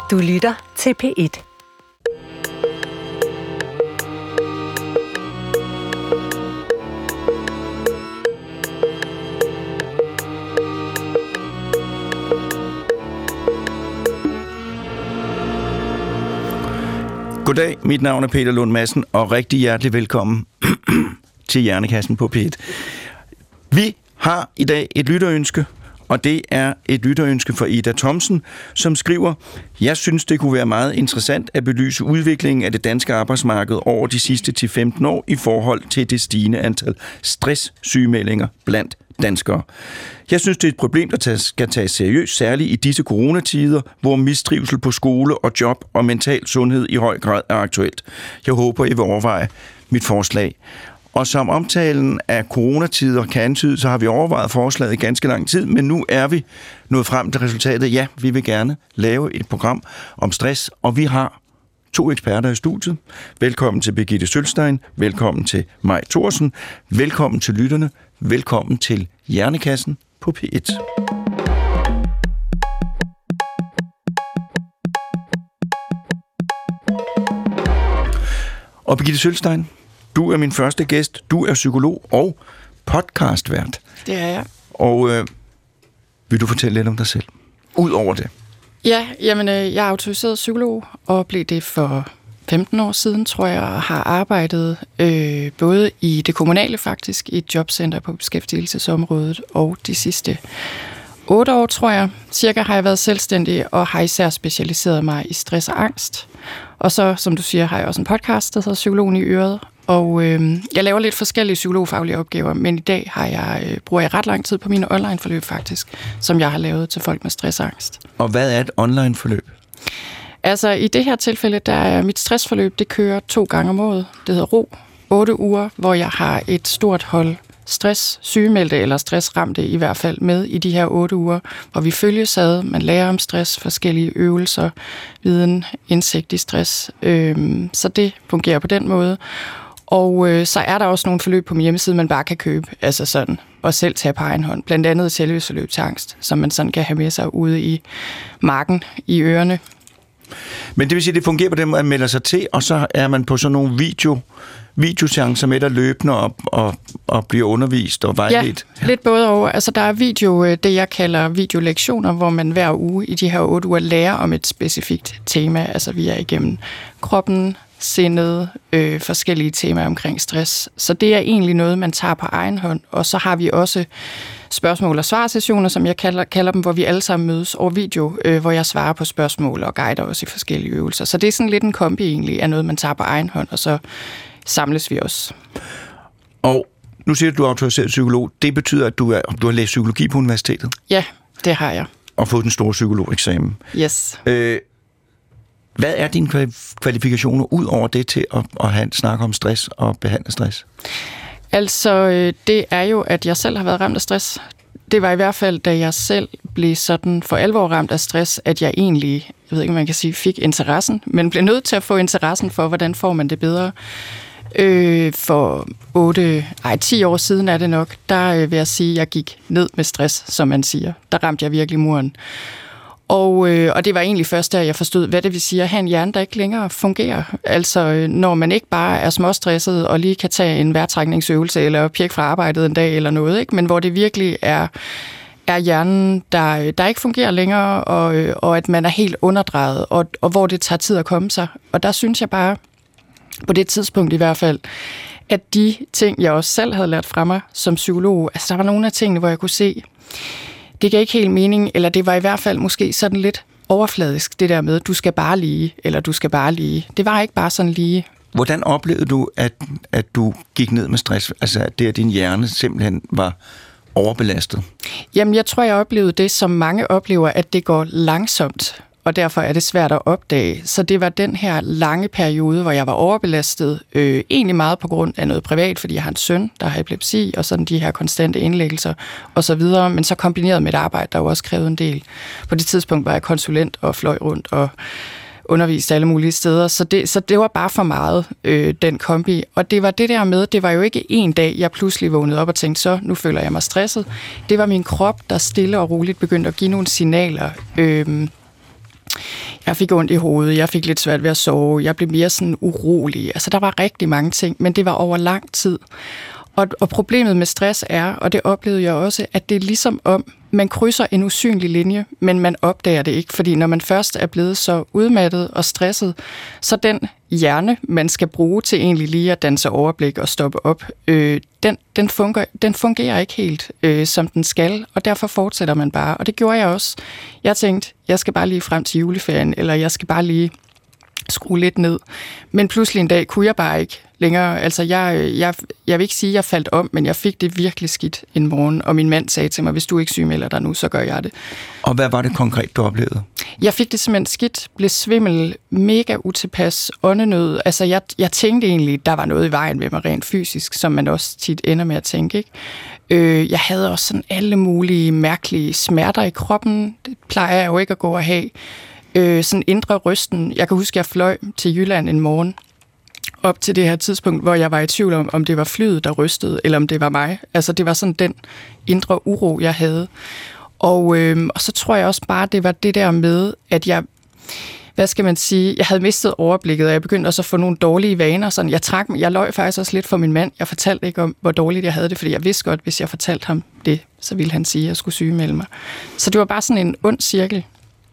Du lytter til P1. Goddag, mit navn er Peter Lund Madsen, og rigtig hjertelig velkommen til Hjernekassen på P1. Vi har i dag et lytterønske, og det er et lytterønske fra Ida Thomsen, som skriver: Jeg synes, det kunne være meget interessant at belyse udviklingen af det danske arbejdsmarked over de sidste 10-15 år i forhold til det stigende antal stresssygemeldinger blandt danskere. Jeg synes, det er et problem, der skal tages seriøst, særligt i disse coronatider, hvor mistrivsel på skole og job og mental sundhed i høj grad er aktuelt. Jeg håber, I vil overveje mit forslag. Og som omtalen af coronatider kan antyde, så har vi overvejet forslaget i ganske lang tid, men nu er vi nået frem til resultatet. Ja, vi vil gerne lave et program om stress, og vi har 2 eksperter i studiet. Velkommen til Birgitte Sølstein, velkommen til Maj Thorsen, velkommen til lytterne, velkommen til Hjernekassen på P1. Og Birgitte Sølstein, du er min første gæst. Du er psykolog og podcastvært. Det er jeg. Og vil du fortælle lidt om dig selv? Udover det. Ja, jamen, jeg er autoriseret psykolog og blev det for 15 år siden, tror jeg, og har arbejdet både i det kommunale faktisk, i et jobcenter på beskæftigelsesområdet, og de sidste 8 år, tror jeg, cirka har jeg været selvstændig og har især specialiseret mig i stress og angst. Og så, som du siger, har jeg også en podcast, der hedder Psykologen i Øret. Og jeg laver lidt forskellige psykologfaglige opgaver, men i dag bruger jeg ret lang tid på mine online-forløb faktisk, som jeg har lavet til folk med stress og angst. Og hvad er et online-forløb? Altså i det her tilfælde, der er mit stressforløb, det kører 2 gange om året. Det hedder RO, 8 uger, hvor jeg har et stort hold stress-sygemeldte eller stressramte i hvert fald med i de her 8 uger, hvor vi følges ad, man lærer om stress, forskellige øvelser, viden, indsigt i stress. Så det fungerer på den måde. Og så er der også nogle forløb på min hjemmeside, man bare kan købe, altså sådan, og selv tage på egen hånd. Blandt andet et selvhjælpsforløb til angst, som man sådan kan have med sig ude i marken, i ørerne. Men det vil sige, at det fungerer på den måde, at man melder sig til, og så er man på sådan nogle videoseancer med, der løbende og bliver undervist og vejledt. Ja, lidt både over. Altså der er det jeg kalder videolektioner, hvor man hver uge i de her 8 uger lærer om et specifikt tema. Altså vi er igennem kroppen, sindet, forskellige temaer omkring stress. Så det er egentlig noget, man tager på egen hånd. Og så har vi også spørgsmål- og svarsessioner, som jeg kalder dem, hvor vi alle sammen mødes over video, hvor jeg svarer på spørgsmål og guider også i forskellige øvelser. Så det er sådan lidt en kombi egentlig af noget, man tager på egen hånd, og så samles vi også. Og nu siger du, at du er autoriseret psykolog. Det betyder, at du har læst psykologi på universitetet? Ja, det har jeg. Og fået den store psykologeksamen? Yes. Hvad er dine kvalifikationer ud over det til at snakke om stress og behandle stress? Altså, det er jo, at jeg selv har været ramt af stress. Det var i hvert fald, da jeg selv blev sådan for alvor ramt af stress, at jeg egentlig, jeg ved ikke, om man kan sige, fik interessen, men blev nødt til at få interessen for, hvordan får man det bedre. For 10 år siden er det nok, der vil jeg sige, at jeg gik ned med stress, som man siger. Der ramte jeg virkelig muren. Og det var egentlig først, da jeg forstod, hvad det vil sige at have en hjerne, der ikke længere fungerer. Altså, når man ikke bare er småstresset og lige kan tage en vejrtrækningsøvelse eller pjekke fra arbejdet en dag eller noget, ikke? Men hvor det virkelig er hjernen, der ikke fungerer længere, og at man er helt underdrejet, og hvor det tager tid at komme sig. Og der synes jeg bare, på det tidspunkt i hvert fald, at de ting, jeg også selv havde lært fra mig som psykolog, altså der var nogle af tingene, hvor jeg kunne se, det gav ikke helt mening, eller det var i hvert fald måske sådan lidt overfladisk, det der med, du skal bare lige, eller du skal bare lige. Det var ikke bare sådan lige. Hvordan oplevede du, at du gik ned med stress? Altså, at det, at din hjerne simpelthen var overbelastet? Jamen, jeg tror, jeg oplevede det, som mange oplever, at det går langsomt, og derfor er det svært at opdage. Så det var den her lange periode, hvor jeg var overbelastet, egentlig meget på grund af noget privat, fordi jeg har en søn, der har epilepsi, og sådan de her konstante indlæggelser og så videre, men så kombineret med et arbejde, der jo også krævede en del. På det tidspunkt var jeg konsulent og fløj rundt og underviste alle mulige steder, så det var bare for meget, den kombi. Og det var det der med, det var jo ikke en dag, jeg pludselig vågnede op og tænkte, så nu føler jeg mig stresset. Det var min krop, der stille og roligt begyndte at give nogle signaler. Jeg fik ondt i hovedet, jeg fik lidt svært ved at sove, jeg blev mere sådan urolig. Altså, der var rigtig mange ting, men det var over lang tid. Og problemet med stress er, og det oplevede jeg også, at det er ligesom om, man krydser en usynlig linje, men man opdager det ikke, fordi når man først er blevet så udmattet og stresset, så den hjerne, man skal bruge til egentlig lige at danse overblik og stoppe op, den fungerer ikke helt, som den skal, og derfor fortsætter man bare. Og det gjorde jeg også. Jeg tænkte, jeg skal bare lige frem til juleferien, eller jeg skal bare lige skrue lidt ned. Men pludselig en dag kunne jeg bare ikke længere. Altså, jeg vil ikke sige, at jeg faldt om, men jeg fik det virkelig skidt en morgen, og min mand sagde til mig, hvis du ikke sygemelder dig nu, så gør jeg det. Og hvad var det konkret, du oplevede? Jeg fik det simpelthen skidt, blev svimmel, mega utilpas, åndenød. Altså, jeg tænkte egentlig, der var noget i vejen med mig rent fysisk, som man også tit ender med at tænke, ikke? Jeg havde også sådan alle mulige mærkelige smerter i kroppen. Det plejer jeg jo ikke at gå og have. Sådan indre rysten. Jeg kan huske, at jeg fløj til Jylland en morgen, op til det her tidspunkt, hvor jeg var i tvivl om det var flyet, der rystede, eller om det var mig. Altså, det var sådan den indre uro, jeg havde. Og så tror jeg også bare, det var det der med, at jeg havde mistet overblikket, og jeg begyndte også at få nogle dårlige vaner. Sådan, jeg løj faktisk også lidt for min mand. Jeg fortalte ikke om, hvor dårligt jeg havde det, fordi jeg vidste godt, hvis jeg fortalte ham det, så ville han sige, at jeg skulle sygemelde mig. Så det var bare sådan en ond cirkel.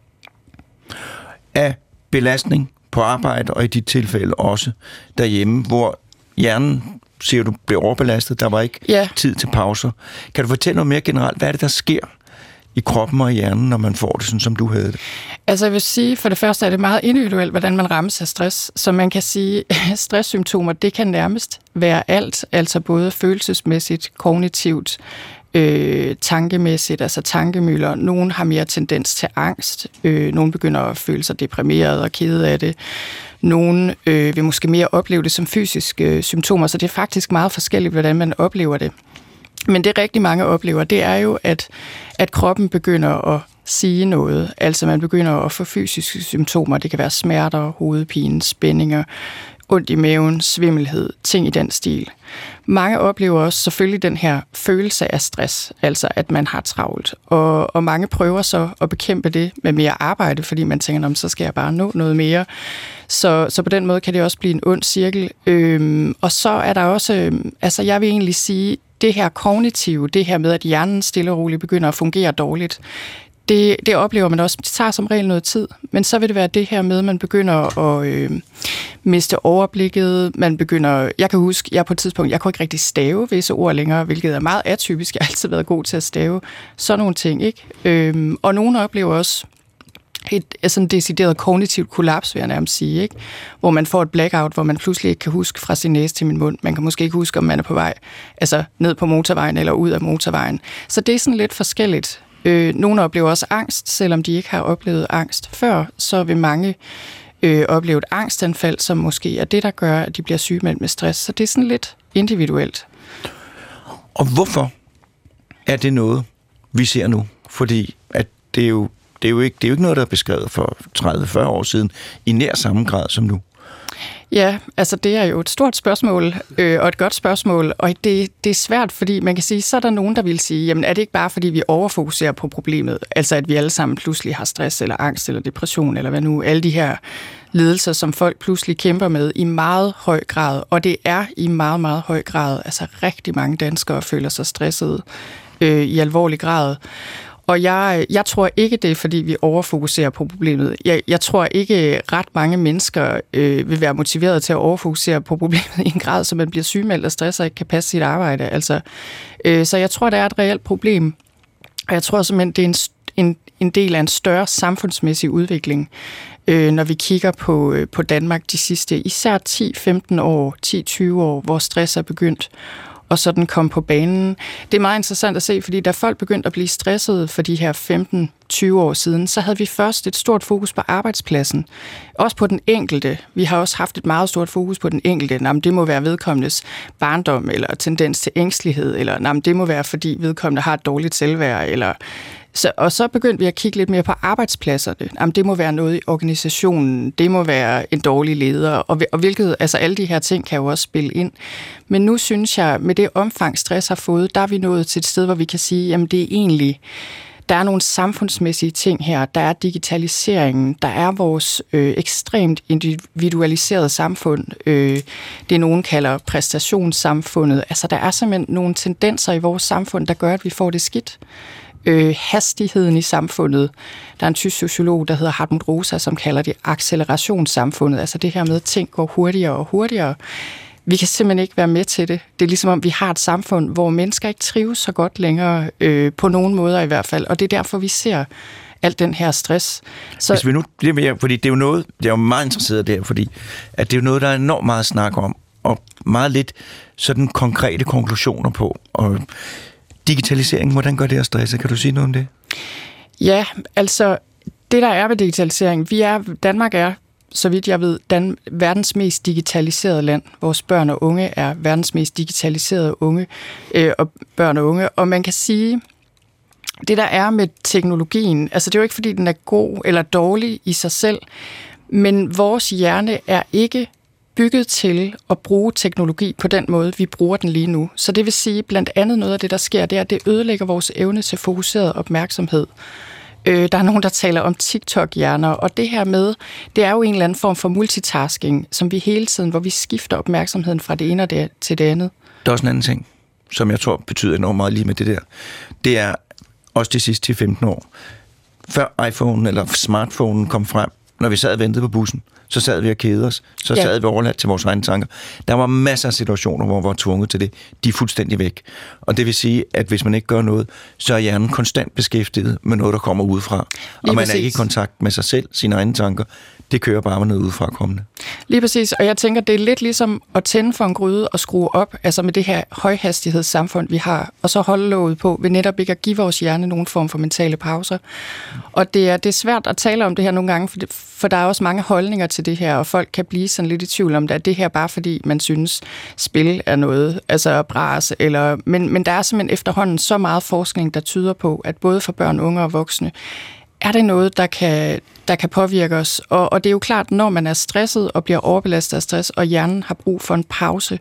Af belastning på arbejde, og i dit tilfælde også derhjemme, hvor hjernen, siger du, blev overbelastet, der var ikke tid til pauser. Kan du fortælle noget mere generelt, hvad er det, der sker i kroppen og i hjernen, når man får det, sådan som du havde det? Altså jeg vil sige, for det første er det meget individuelt, hvordan man rammes af stress. Så man kan sige, at stresssymptomer, det kan nærmest være alt, altså både følelsesmæssigt, kognitivt, tankemæssigt, altså tankemøller. Nogen har mere tendens til angst. Nogen begynder at føle sig deprimeret og kede af det. Nogen vil måske mere opleve det som fysiske symptomer, så det er faktisk meget forskelligt, hvordan man oplever det. Men det rigtig mange oplever, det er jo, at kroppen begynder at sige noget. Altså man begynder at få fysiske symptomer. Det kan være smerter, hovedpine, spændinger, ondt i maven, svimmelhed, ting i den stil. Mange oplever også selvfølgelig den her følelse af stress, altså at man har travlt. Og mange prøver så at bekæmpe det med mere arbejde, fordi man tænker, så skal jeg bare nå noget mere. Så på den måde kan det også blive en ond cirkel. Og så er der også, altså jeg vil egentlig sige, det her kognitive, det her med, at hjernen stille og roligt begynder at fungere dårligt, det oplever man også. Det tager som regel noget tid, men så vil det være det her med, at man begynder at miste overblikket. Jeg kan huske, jeg på et tidspunkt, jeg kunne ikke rigtig stave visse ord længere, hvilket er meget atypisk. Jeg har altid været god til at stave. Sådan nogle ting, ikke? Og nogle oplever også et sådan decideret kognitivt kollaps, vil jeg nærmest sige, ikke? Hvor man får et blackout, hvor man pludselig ikke kan huske fra sin næse til min mund. Man kan måske ikke huske, om man er på vej, altså ned på motorvejen eller ud af motorvejen. Så det er sådan lidt forskelligt. Nogle oplever også angst, selvom de ikke har oplevet angst før, så vil mange opleve et angstanfald, som måske er det, der gør, at de bliver sygemeldt med stress. Så det er sådan lidt individuelt. Og hvorfor er det noget, vi ser nu? Fordi at det er jo ikke noget, der er beskrevet for 30-40 år siden i nær samme grad som nu. Ja, altså det er jo et stort spørgsmål, og et godt spørgsmål, og det er svært, fordi man kan sige, så er der nogen, der vil sige, jamen er det ikke bare, fordi vi overfokuserer på problemet, altså at vi alle sammen pludselig har stress, eller angst, eller depression, eller hvad nu, alle de her lidelser, som folk pludselig kæmper med i meget høj grad, og det er i meget, meget høj grad, altså rigtig mange danskere føler sig stressede i alvorlig grad. Og jeg tror ikke, det er, fordi vi overfokuserer på problemet. Jeg tror ikke, ret mange mennesker vil være motiveret til at overfokusere på problemet i en grad, så man bliver sygemeldt og stress og ikke kan passe sit arbejde. Altså, så jeg tror, det er et reelt problem. Og jeg tror simpelthen, det er en del af en større samfundsmæssig udvikling, når vi kigger på Danmark de sidste især 10-15 år, 10-20 år, hvor stress er begyndt og sådan kom på banen. Det er meget interessant at se, fordi da folk begyndte at blive stressede for de her 15-20 år siden, så havde vi først et stort fokus på arbejdspladsen. Også på den enkelte. Vi har også haft et meget stort fokus på den enkelte. Jamen, det må være vedkommendes barndom, eller tendens til ængstelighed, eller det må være, fordi vedkommende har et dårligt selvværd, eller og så begyndte vi at kigge lidt mere på arbejdspladserne. Jamen, det må være noget i organisationen, det må være en dårlig leder, og hvilket, altså alle de her ting kan jo også spille ind. Men nu synes jeg, med det omfang stress har fået, der er vi nået til et sted, hvor vi kan sige, jamen det er egentlig Der er nogle samfundsmæssige ting her. Der er digitaliseringen. Der er vores ekstremt individualiserede samfund. Det nogen kalder præstationssamfundet. Altså, der er simpelthen nogle tendenser i vores samfund, der gør, at vi får det skidt. Hastigheden i samfundet. Der er en tysk sociolog, der hedder Hartmut Rosa, som kalder det accelerationssamfundet. Altså det her med, at ting går hurtigere og hurtigere. Vi kan simpelthen ikke være med til det. Det er ligesom om, vi har et samfund, hvor mennesker ikke trives så godt længere, på nogen måder i hvert fald. Og det er derfor, vi ser alt den her stress. Så hvis vi nu, fordi det er jo noget, jeg er jo meget interesseret der, fordi at det er jo noget, der er enormt meget snak om, og meget lidt sådan konkrete konklusioner på. Og digitalisering, hvordan gør det at stresse? Kan du sige noget om det? Ja, altså det der er ved digitalisering, Danmark er, så vidt jeg ved, verdens mest digitaliserede land. Vores børn og unge er verdens mest digitaliserede børn og unge. Og man kan sige, det der er med teknologien, altså det er jo ikke fordi, den er god eller dårlig i sig selv, men vores hjerne er ikke bygget til at bruge teknologi på den måde, vi bruger den lige nu. Så det vil sige, blandt andet noget af det, der sker, det er, at det ødelægger vores evne til fokuseret opmærksomhed. Der er nogen, der taler om TikTok-hjerner, og det her med, det er jo en eller anden form for multitasking, som vi hele tiden, hvor vi skifter opmærksomheden fra det ene til det andet. Der er også en anden ting, som jeg tror betyder enormt meget lige med det der. Det er også de sidste 10-15 år. Før iPhone eller smartphone kom frem, når vi sad og ventede på bussen, så sad vi og kedede os. Så sad vi overladt til vores egne tanker. Der var masser af situationer, hvor vi var tvunget til det. De er fuldstændig væk. Og det vil sige, at hvis man ikke gør noget, så er hjernen konstant beskæftiget med noget, der kommer udefra. Og man er ikke i kontakt med sig selv, sine egne tanker. Det kører bare med noget udefra kommende. Lige præcis, og jeg tænker, det er lidt ligesom at tænde for en gryde og skrue op, altså med det her højhastighedssamfund, vi har, og så holde låget på ved netop ikke at give vores hjerne nogen form for mentale pauser. Og det er svært at tale om det her nogle gange, for der er også mange holdninger til det her, og folk kan blive sådan lidt i tvivl om, at det her bare fordi, man synes, spil er noget, altså bras, men der er simpelthen efterhånden så meget forskning, der tyder på, at både for børn, unge og voksne, er det noget, der kan påvirke os. Og det er jo klart, når man er stresset og bliver overbelastet af stress, og hjernen har brug for en pause,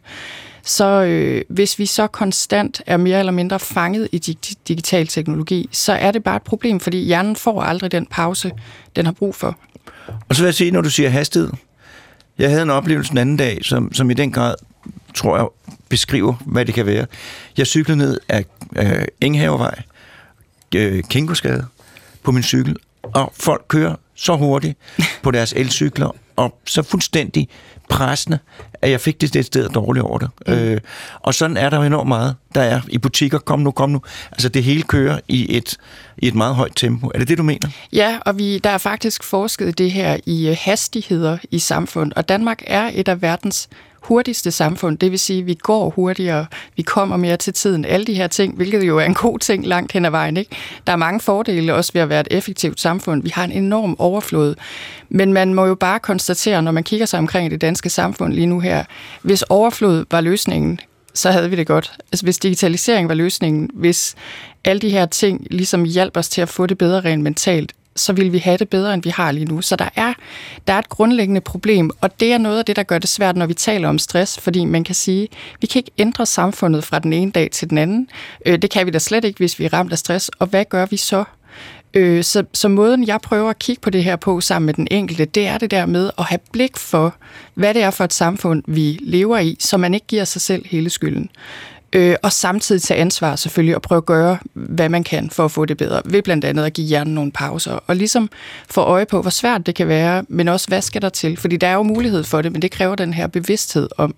så hvis vi så konstant er mere eller mindre fanget i digital teknologi, så er det bare et problem, fordi hjernen får aldrig den pause, den har brug for. Og så vil jeg sige, når du siger hastighed, jeg havde en oplevelse den anden dag, som i den grad, tror jeg, beskriver, hvad det kan være. Jeg cyklede ned af Enghavevej, Kingosgade, på min cykel, og folk kører så hurtigt på deres elcykler, og så fuldstændig pressende, at jeg fik det et sted dårligt over det. Og sådan er der jo enormt meget, der er i butikker. Kom nu. Altså det hele kører i et meget højt tempo. Er det det, du mener? Ja, og der er faktisk forsket i det her i hastigheder i samfundet, og Danmark er et af verdens hurtigste samfund, det vil sige, at vi går hurtigere, vi kommer mere til tiden, alle de her ting, hvilket jo er en god ting langt hen ad vejen, ikke? Der er mange fordele også ved at være et effektivt samfund. Vi har en enorm overflod, men man må jo bare konstatere, når man kigger sig omkring i det danske samfund lige nu her, hvis overflod var løsningen, så havde vi det godt. Altså hvis digitalisering var løsningen, hvis alle de her ting ligesom hjalp os til at få det bedre rent mentalt, så vil vi have det bedre, end vi har lige nu. Så der er et grundlæggende problem, og det er noget af det, der gør det svært, når vi taler om stress, fordi man kan sige, vi kan ikke ændre samfundet fra den ene dag til den anden. Det kan vi da slet ikke, hvis vi er ramt af stress, og hvad gør vi så? Så måden, jeg prøver at kigge på det her på sammen med den enkelte, det er det der med at have blik for, hvad det er for et samfund, vi lever i, så man ikke giver sig selv hele skylden. Og samtidig tage ansvar selvfølgelig og prøve at gøre, hvad man kan for at få det bedre, ved blandt andet at give hjernen nogle pauser, og ligesom få øje på, hvor svært det kan være, men også, hvad skal der til? Fordi der er jo mulighed for det, men det kræver den her bevidsthed om,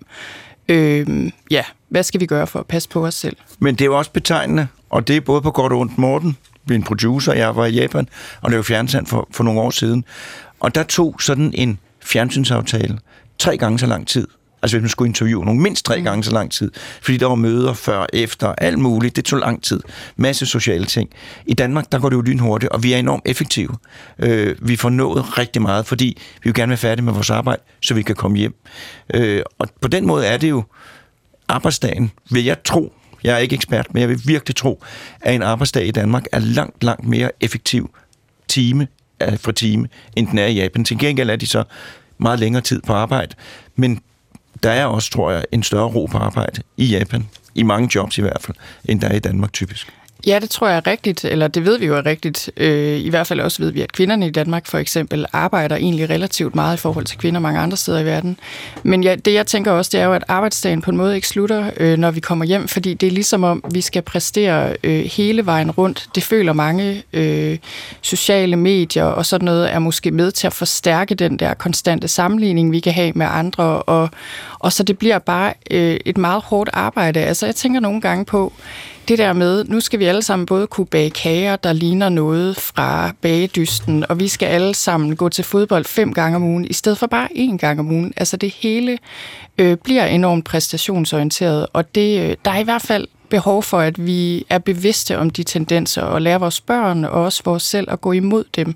hvad skal vi gøre for at passe på os selv? Men det er jo også betegnende, og det er både på godt og ondt. Morten, vi er en producer, jeg var i Japan, og lavede fjernsyn for nogle år siden, og der tog sådan en fjernsynsaftale 3 gange så lang tid. Altså hvis man skulle interviewe nogen, mindst 3 gange så lang tid. Fordi der var møder før, efter, alt muligt. Det tog lang tid. Masse sociale ting. I Danmark, der går det jo lynhurtigt, og vi er enormt effektive. Vi får nået rigtig meget, fordi vi vil gerne være færdige med vores arbejde, så vi kan komme hjem. Og på den måde er det jo arbejdsdagen, vil jeg tro. Jeg er ikke ekspert, men jeg vil virkelig tro, at en arbejdsdag i Danmark er langt, langt mere effektiv time for time, end den er i Japan. Til gengæld er de så meget længere tid på arbejde, men der er også, tror jeg, en større ro på arbejde i Japan, i mange jobs i hvert fald, end der er i Danmark typisk. Ja, det tror jeg er rigtigt, eller det ved vi jo er rigtigt. I hvert fald også ved vi, at kvinderne i Danmark for eksempel arbejder egentlig relativt meget i forhold til kvinder mange andre steder i verden. Men ja, det jeg tænker også, det er jo, at arbejdsdagen på en måde ikke slutter, når vi kommer hjem, fordi det er ligesom om, vi skal præstere hele vejen rundt. Det føler mange sociale medier og sådan noget er måske med til at forstærke den der konstante sammenligning, vi kan have med andre, og så det bliver bare et meget hårdt arbejde. Altså jeg tænker nogle gange på, det der med, nu skal vi alle sammen både kunne bage kager, der ligner noget fra bagedysten, og vi skal alle sammen gå til fodbold 5 gange om ugen, i stedet for bare 1 gang om ugen. Altså det hele bliver enormt præstationsorienteret, og der er i hvert fald behov for, at vi er bevidste om de tendenser, og lærer vores børn og også vores selv at gå imod dem.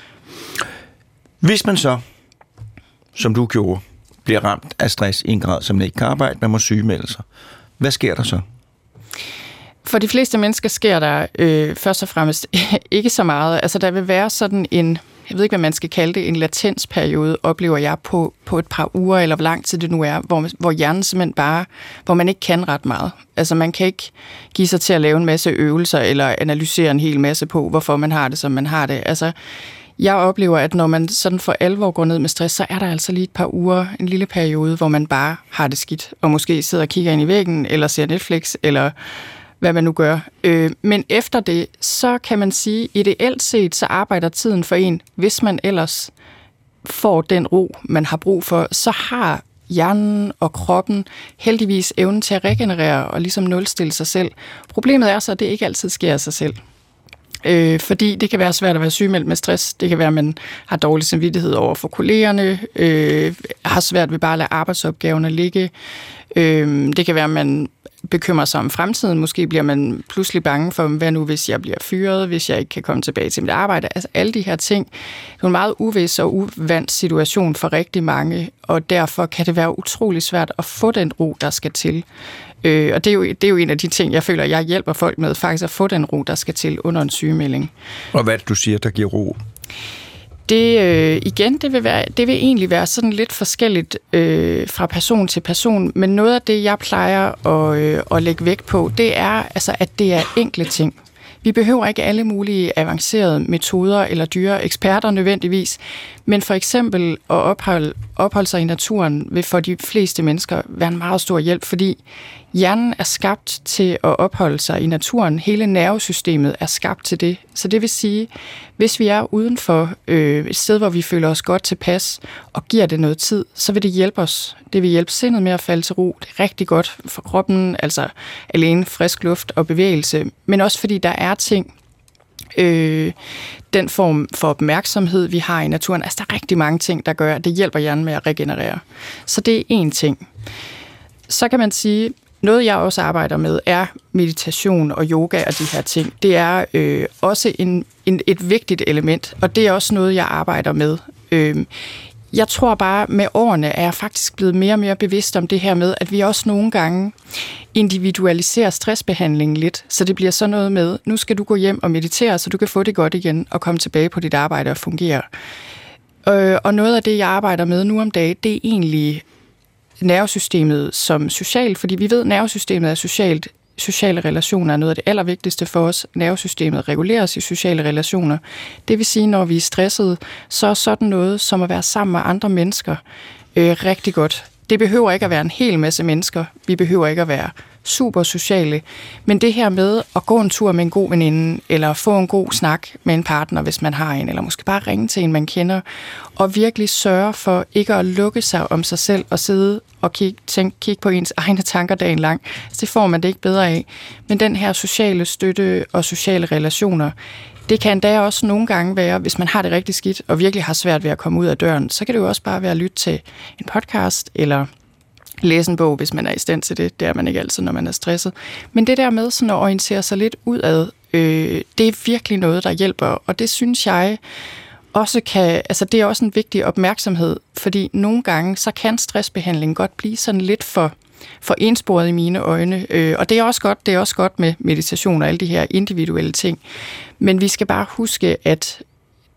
Hvis man så, som du gjorde, bliver ramt af stress i en grad, som man ikke kan arbejde, man må sygemelde sig, hvad sker der så? For de fleste mennesker sker der først og fremmest ikke så meget. Altså der vil være sådan en, jeg ved ikke, hvad man skal kalde det, en latensperiode, oplever jeg på et par uger, eller hvor lang tid det nu er, hvor hjernen simpelthen bare, hvor man ikke kan ret meget. Altså man kan ikke give sig til at lave en masse øvelser, eller analysere en hel masse på, hvorfor man har det, som man har det. Altså jeg oplever, at når man sådan for alvor går ned med stress, så er der altså lige et par uger, en lille periode, hvor man bare har det skidt, og måske sidder og kigger ind i væggen, eller ser Netflix, eller hvad man nu gør. Men efter det, så kan man sige, ideelt set, så arbejder tiden for en. Hvis man ellers får den ro, man har brug for, så har hjernen og kroppen heldigvis evnen til at regenerere og ligesom nulstille sig selv. Problemet er så, at det ikke altid sker af sig selv. Fordi det kan være svært at være sygemeldt med stress. Det kan være, at man har dårlig samvittighed over for kollegerne, har svært ved bare at lade arbejdsopgaverne ligge. Det kan være, at man bekymrer sig om fremtiden. Måske bliver man pludselig bange for, hvad nu hvis jeg bliver fyret, hvis jeg ikke kan komme tilbage til mit arbejde. Altså alle de her ting. Det er en meget uvis og uvandt situation for rigtig mange, og derfor kan det være utrolig svært at få den ro, der skal til. Og det er jo en af de ting, jeg føler, jeg hjælper folk med, faktisk at få den ro, der skal til under en sygemelding. Og hvad du siger, der giver ro? Det vil egentlig være sådan lidt forskelligt fra person til person, men noget af det, jeg plejer at lægge vægt på, det er, altså, at det er enkle ting. Vi behøver ikke alle mulige avancerede metoder eller dyre eksperter nødvendigvis, men for eksempel at opholde sig i naturen vil for de fleste mennesker være en meget stor hjælp, fordi hjernen er skabt til at opholde sig i naturen. Hele nervesystemet er skabt til det. Så det vil sige, hvis vi er uden for et sted, hvor vi føler os godt tilpas og giver det noget tid, så vil det hjælpe os. Det vil hjælpe sindet med at falde til ro. Det er rigtig godt for kroppen, altså alene frisk luft og bevægelse, men også fordi der er ting, den form for opmærksomhed, vi har i naturen. Altså, der er rigtig mange ting, der gør, at det hjælper hjernen med at regenerere. Så det er én ting. Så kan man sige, noget jeg også arbejder med, er meditation og yoga og de her ting. Det er også et vigtigt element, og det er også noget, jeg arbejder med. Jeg tror bare, med årene er jeg faktisk blevet mere og mere bevidst om det her med, at vi også nogle gange individualiserer stressbehandlingen lidt, så det bliver sådan noget med, nu skal du gå hjem og meditere, så du kan få det godt igen og komme tilbage på dit arbejde og fungere. Og noget af det, jeg arbejder med nu om dagen, det er egentlig nervesystemet som socialt, fordi vi ved, at nervesystemet er socialt. Sociale relationer er noget af det allervigtigste for os. Nervesystemet reguleres i sociale relationer. Det vil sige, når vi er stressede, så er sådan noget som at være sammen med andre mennesker rigtig godt. Det behøver ikke at være en hel masse mennesker. Vi behøver ikke at være super sociale. Men det her med at gå en tur med en god veninde, eller få en god snak med en partner, hvis man har en, eller måske bare ringe til en, man kender, og virkelig sørge for ikke at lukke sig om sig selv og sidde og kigge på ens egne tanker dagen lang. Det får man det ikke bedre af. Men den her sociale støtte og sociale relationer, det kan endda også nogle gange være, hvis man har det rigtig skidt, og virkelig har svært ved at komme ud af døren, så kan det jo også bare være at lytte til en podcast, eller læse en bog, hvis man er i stand til det. Det er man ikke altid, når man er stresset. Men det der med sådan at orientere sig lidt udad, det er virkelig noget, der hjælper. Og det synes jeg også det er også en vigtig opmærksomhed, fordi nogle gange, så kan stressbehandling godt blive sådan lidt for ensporet i mine øjne. Og det er også godt med meditation og alle de her individuelle ting. Men vi skal bare huske, at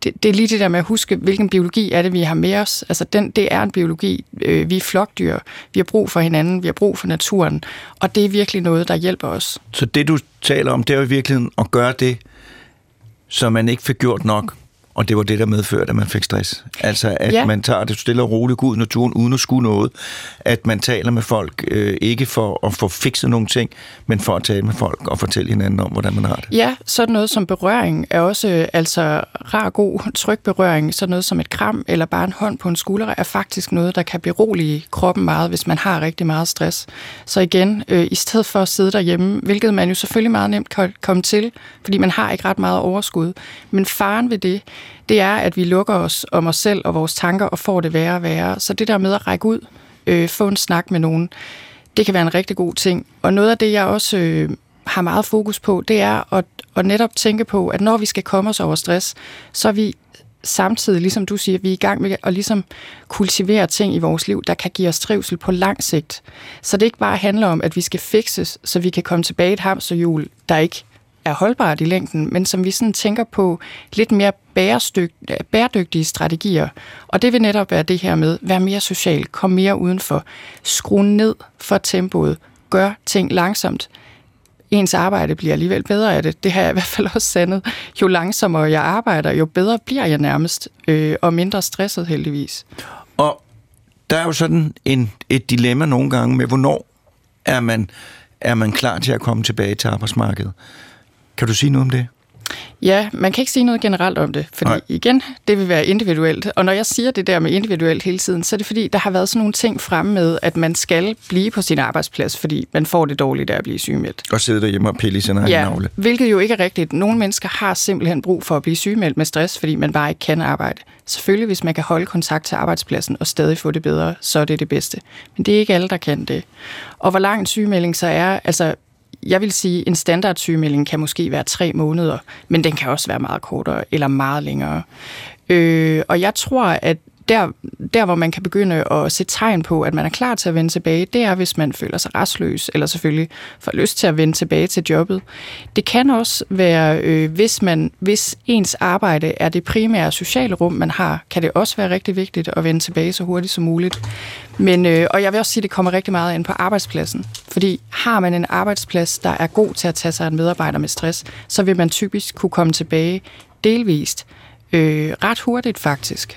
det er lige det der med at huske, hvilken biologi er det, vi har med os. Altså det er en biologi. Vi er flokdyr. Vi har brug for hinanden. Vi har brug for naturen. Og det er virkelig noget, der hjælper os. Så det, du taler om, det er jo i virkeligheden at gøre det, som man ikke fik gjort nok. Og det var det, der medførte, at man fik stress. Altså, at man tager det stille og roligt ud i naturen, uden at skue noget. At man taler med folk, ikke for at få fikset nogle ting, men for at tale med folk og fortælle hinanden om, hvordan man har det. Ja, sådan noget som berøring er også rar, god, tryg berøring. Sådan noget som et kram eller bare en hånd på en skulder er faktisk noget, der kan berolige kroppen meget, hvis man har rigtig meget stress. Så igen, i stedet for at sidde derhjemme, hvilket man jo selvfølgelig meget nemt kan komme til, fordi man har ikke ret meget overskud. Men faren ved det er, at vi lukker os om os selv og vores tanker og får det værre og værre. Så det der med at række ud, få en snak med nogen, det kan være en rigtig god ting. Og noget af det, jeg også har meget fokus på, det er at netop tænke på, at når vi skal komme os over stress, så er vi samtidig, ligesom du siger, vi er i gang med at ligesom kultivere ting i vores liv, der kan give os trivsel på lang sigt. Så det ikke bare handler om, at vi skal fikses, så vi kan komme tilbage i et hamsterhjul, der ikke er holdbart i længden, men som vi sådan tænker på lidt mere bæredygtige strategier. Og det vil netop være det her med, være mere social, komme mere udenfor, skrue ned for tempoet, gør ting langsomt. Ens arbejde bliver alligevel bedre af det. Det har jeg i hvert fald også sandet. Jo langsommere jeg arbejder, jo bedre bliver jeg nærmest, og mindre stresset heldigvis. Og der er jo sådan et dilemma nogle gange med, hvornår er man klar til at komme tilbage til arbejdsmarkedet. Kan du sige noget om det? Ja, man kan ikke sige noget generelt om det, fordi igen, det vil være individuelt. Og når jeg siger det der med individuelt hele tiden, så er det fordi, der har været sådan nogle ting fremme med, at man skal blive på sin arbejdsplads, fordi man får det dårligt af at blive sygemeldt. Og sidde derhjemme og pille i sin egen navle. Hvilket jo ikke er rigtigt. Nogle mennesker har simpelthen brug for at blive sygemeldt med stress, fordi man bare ikke kan arbejde. Selvfølgelig, hvis man kan holde kontakt til arbejdspladsen og stadig få det bedre, så er det det bedste. Men det er ikke alle, der kan det. Og hvor lang en sygemelding så er, altså jeg vil sige, en standardsygemelding kan måske være 3 måneder, men den kan også være meget kortere eller meget længere. Og jeg tror, at der, hvor man kan begynde at se tegn på, at man er klar til at vende tilbage, det er, hvis man føler sig rastløs, eller selvfølgelig får lyst til at vende tilbage til jobbet. Det kan også være, hvis ens arbejde er det primære sociale rum, man har, kan det også være rigtig vigtigt at vende tilbage så hurtigt som muligt. Men, og jeg vil også sige, at det kommer rigtig meget ind på arbejdspladsen. Fordi har man en arbejdsplads, der er god til at tage sig af en medarbejder med stress, så vil man typisk kunne komme tilbage delvist. Ret hurtigt faktisk.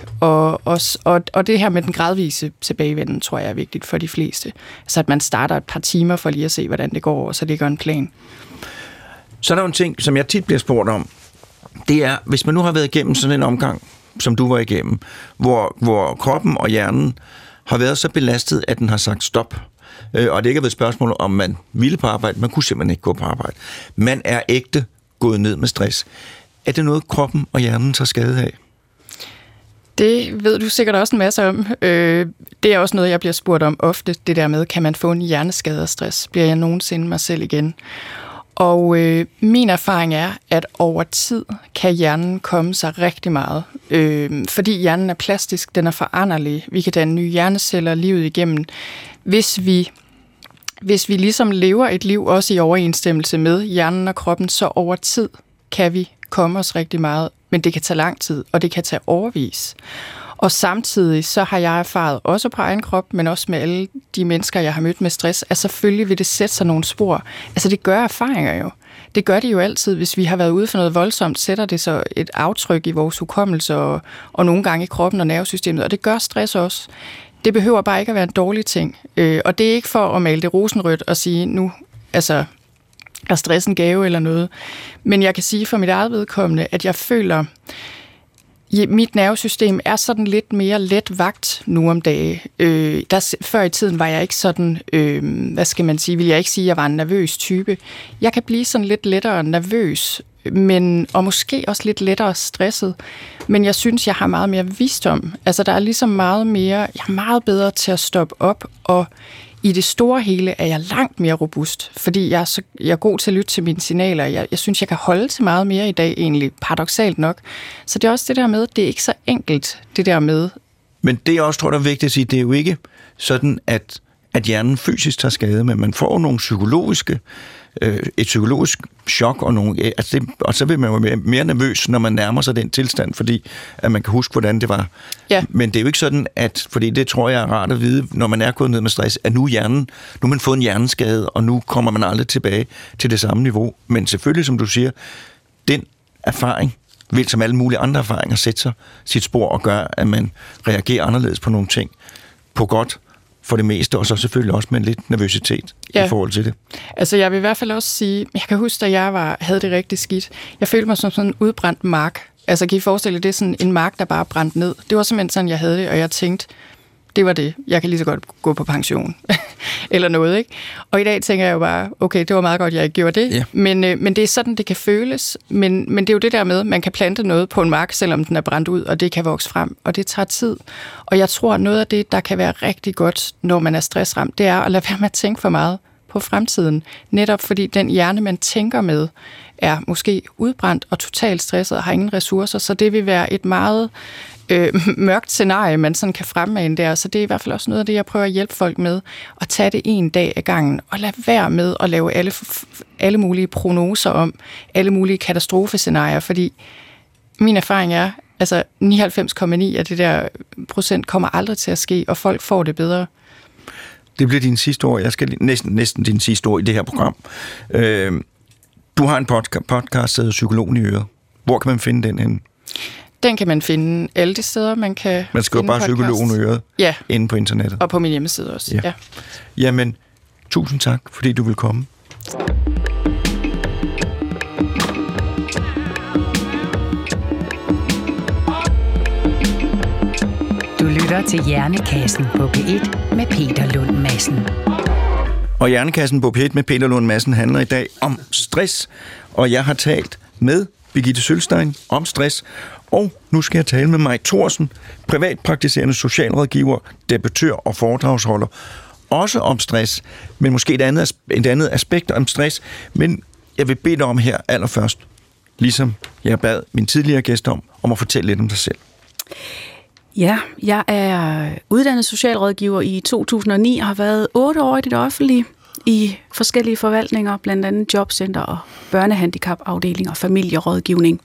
Og det her med den gradvise tilbagevenden, tror jeg er vigtigt for de fleste. Så at man starter et par timer for lige at se, hvordan det går, og så ligger en plan. Så er der en ting, som jeg tit bliver spurgt om. Det er, hvis man nu har været igennem sådan en omgang, som du var igennem, hvor kroppen og hjernen har været så belastet, at den har sagt stop. Og det ikke har været et spørgsmål, om man ville på arbejde. Man kunne simpelthen ikke gå på arbejde. Man er ægte gået ned med stress. Er det noget, kroppen og hjernen tager skade af? Det ved du sikkert også en masse om. Det er også noget, jeg bliver spurgt om ofte. Det der med, kan man få en hjerneskade af stress? Bliver jeg nogensinde mig selv igen? Og min erfaring er, at over tid kan hjernen komme sig rigtig meget. Fordi hjernen er plastisk, den er foranderlig. Vi kan danne nye hjerneceller livet igennem. Hvis vi ligesom lever et liv også i overensstemmelse med hjernen og kroppen, så over tid kan vi komme os rigtig meget, men det kan tage lang tid, og det kan tage årevis. Og samtidig så har jeg erfaret, også på egen krop, men også med alle de mennesker, jeg har mødt med stress, at selvfølgelig vil det sætte sig nogle spor. Altså det gør erfaringer jo. Det gør det jo altid. Hvis vi har været ude for noget voldsomt, sætter det så et aftryk i vores hukommelse og nogle gange i kroppen og nervesystemet, og det gør stress også. Det behøver bare ikke at være en dårlig ting. Og det er ikke for at male det rosenrødt og sige, nu er stress en gave eller noget. Men jeg kan sige for mit eget vedkommende, at jeg føler, mit nervesystem er sådan lidt mere let vagt nu om dagen. Før i tiden var jeg ikke sådan, vil jeg ikke sige, at jeg var en nervøs type. Jeg kan blive sådan lidt lettere nervøs, og måske også lidt lettere stresset. Men jeg synes, jeg har meget mere visdom. Altså, der er ligesom meget mere, jeg er meget bedre til at stoppe op, og i det store hele er jeg langt mere robust, fordi jeg er god til at lytte til mine signaler. Jeg synes, jeg kan holde til meget mere i dag, egentlig paradoksalt nok. Så det er også det der med, det er ikke så enkelt, det der med. Men det jeg også tror, der er vigtigt at sige, det er jo ikke sådan, at hjernen fysisk tager skade, men man får nogle psykologiske et psykologisk chok, og så vil man jo være mere nervøs, når man nærmer sig den tilstand, fordi at man kan huske, hvordan det var. Ja. Men det er jo ikke sådan, fordi det tror jeg er rart at vide, når man er gået ned med stress, at nu har man fået en hjerneskade, og nu kommer man aldrig tilbage til det samme niveau. Men selvfølgelig, som du siger, den erfaring vil som alle mulige andre erfaringer sætte sig sit spor og gøre, at man reagerer anderledes på nogle ting. På godt for det meste, og så selvfølgelig også med lidt nervøsitet i forhold til det. Altså jeg vil i hvert fald også sige, jeg kan huske, da jeg havde det rigtig skidt. Jeg følte mig som sådan en udbrændt mark. Altså kan I forestille det er sådan en mark, der bare brændte ned. Det var simpelthen sådan, jeg havde det, og jeg tænkte, det var det. Jeg kan lige så godt gå på pension. Eller noget, ikke? Og i dag tænker jeg jo bare, okay, det var meget godt, jeg ikke gjorde det. Yeah. Men det er sådan, det kan føles. Men det er jo det der med, man kan plante noget på en mark, selvom den er brændt ud, og det kan vokse frem, og det tager tid. Og jeg tror, noget af det, der kan være rigtig godt, når man er stressramt, det er at lade være med at tænke for meget på fremtiden. Netop fordi den hjerne, man tænker med, er måske udbrændt og totalt stresset og har ingen ressourcer, så det vil være et meget mørkt scenarie, man sådan kan fremmane der. Så det er i hvert fald også noget af det, jeg prøver at hjælpe folk med, at tage det en dag ad gangen, og lade være med at lave alle mulige prognoser om, alle mulige katastrofescenarier, fordi min erfaring er, altså 99,9 af det der procent kommer aldrig til at ske, og folk får det bedre. Det bliver din sidste år. Jeg skal næsten din sidste år i det her program. Du har en podcast, der hedder Psykologen i Øret. Hvor kan man finde den henne? Den kan man finde alle de steder, man kan. Man skriver bare Psykologen i Øret inde på internettet. Og på min hjemmeside også. Ja. Jamen, tusind tak, fordi du vil komme. Du lytter til Hjernekassen på P1 med Peter Lund Madsen. Og Hjernekassen på P1 med Peter Lund Madsen handler i dag om stress, og jeg har talt med Birgitte Sølstein om stress, og nu skal jeg tale med Maj Thorsen, privatpraktiserende socialrådgiver, debattør og foredragsholder, også om stress, men måske et andet aspekt om stress, men jeg vil bede dig om her allerførst, ligesom jeg bad min tidligere gæst om at fortælle lidt om dig selv. Ja, jeg er uddannet socialrådgiver i 2009 og har været 8 år i det offentlige i forskellige forvaltninger, blandt andet jobcenter og børnehandicapafdeling og familierådgivning.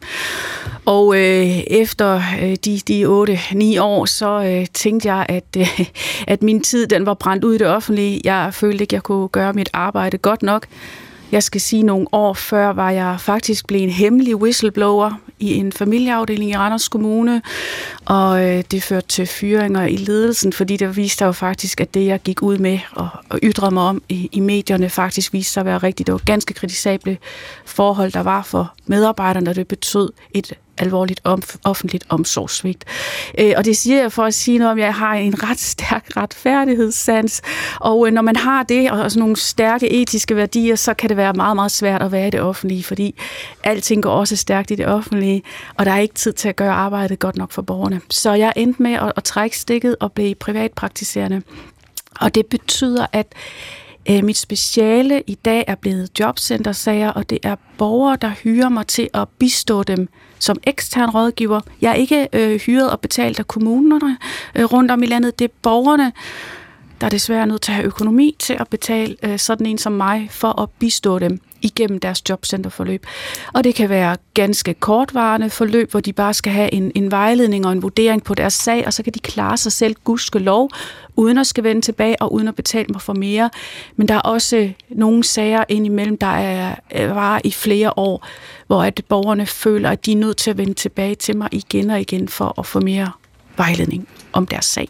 Og efter de 8-9 år, så tænkte jeg, at min tid den var brændt ud i det offentlige. Jeg følte ikke, jeg kunne gøre mit arbejde godt nok. Jeg skal sige, nogle år før var jeg faktisk blevet en hemmelig whistleblower i en familieafdeling i Randers Kommune, og det førte til fyringer i ledelsen, fordi det viste jo faktisk, at det, jeg gik ud med og ytrede mig om i medierne, faktisk viste sig at være rigtigt. Det var ganske kritisable forhold, der var for medarbejderne, og det betød et alvorligt offentligt omsorgssvigt. Og det siger jeg for at sige noget om, at jeg har en ret stærk retfærdighedssans, og når man har det, og sådan nogle stærke etiske værdier, så kan det være meget, meget svært at være i det offentlige, fordi alting går også stærkt i det offentlige, og der er ikke tid til at gøre arbejdet godt nok for borgerne. Så jeg endte med at trække stikket og blive privatpraktiserende, og det betyder, at mit speciale i dag er blevet jobcentersager, og det er borgere, der hyrer mig til at bistå dem som ekstern rådgiver. Jeg er ikke hyret og betalt af kommunerne rundt om i landet. Det er borgerne, der er desværre nødt til at have økonomi til at betale sådan en som mig for at bistå dem igennem deres jobcenterforløb. Og det kan være ganske kortvarende forløb, hvor de bare skal have en vejledning og en vurdering på deres sag, og så kan de klare sig selv, gudskelov, uden at skal vende tilbage og uden at betale mig for mere. Men der er også nogle sager indimellem, der var i flere år, hvor at borgerne føler, at de er nødt til at vende tilbage til mig igen og igen for at få mere vejledning om deres sag.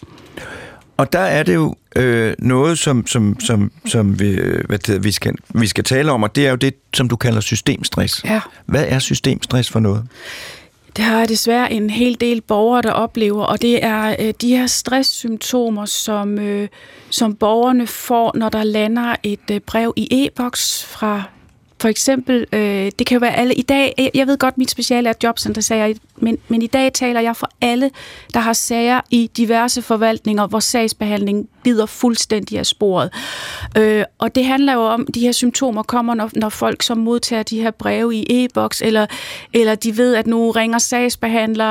Og der er det jo noget, som vi skal tale om, og det er jo det, som du kalder systemstress. Ja. Hvad er systemstress for noget? Det har jeg desværre en hel del borgere, der oplever, og det er de her stresssymptomer, som borgerne får, når der lander et brev i e-boks fra for eksempel, det kan jo være alle. I dag, jeg ved godt, mit speciale er jobcentersager, men i dag taler jeg for alle, der har sager i diverse forvaltninger, hvor sagsbehandling glider fuldstændig af sporet. Og det handler jo om, de her symptomer kommer, når folk som modtager de her breve i e-boks, eller de ved, at nu ringer sagsbehandler,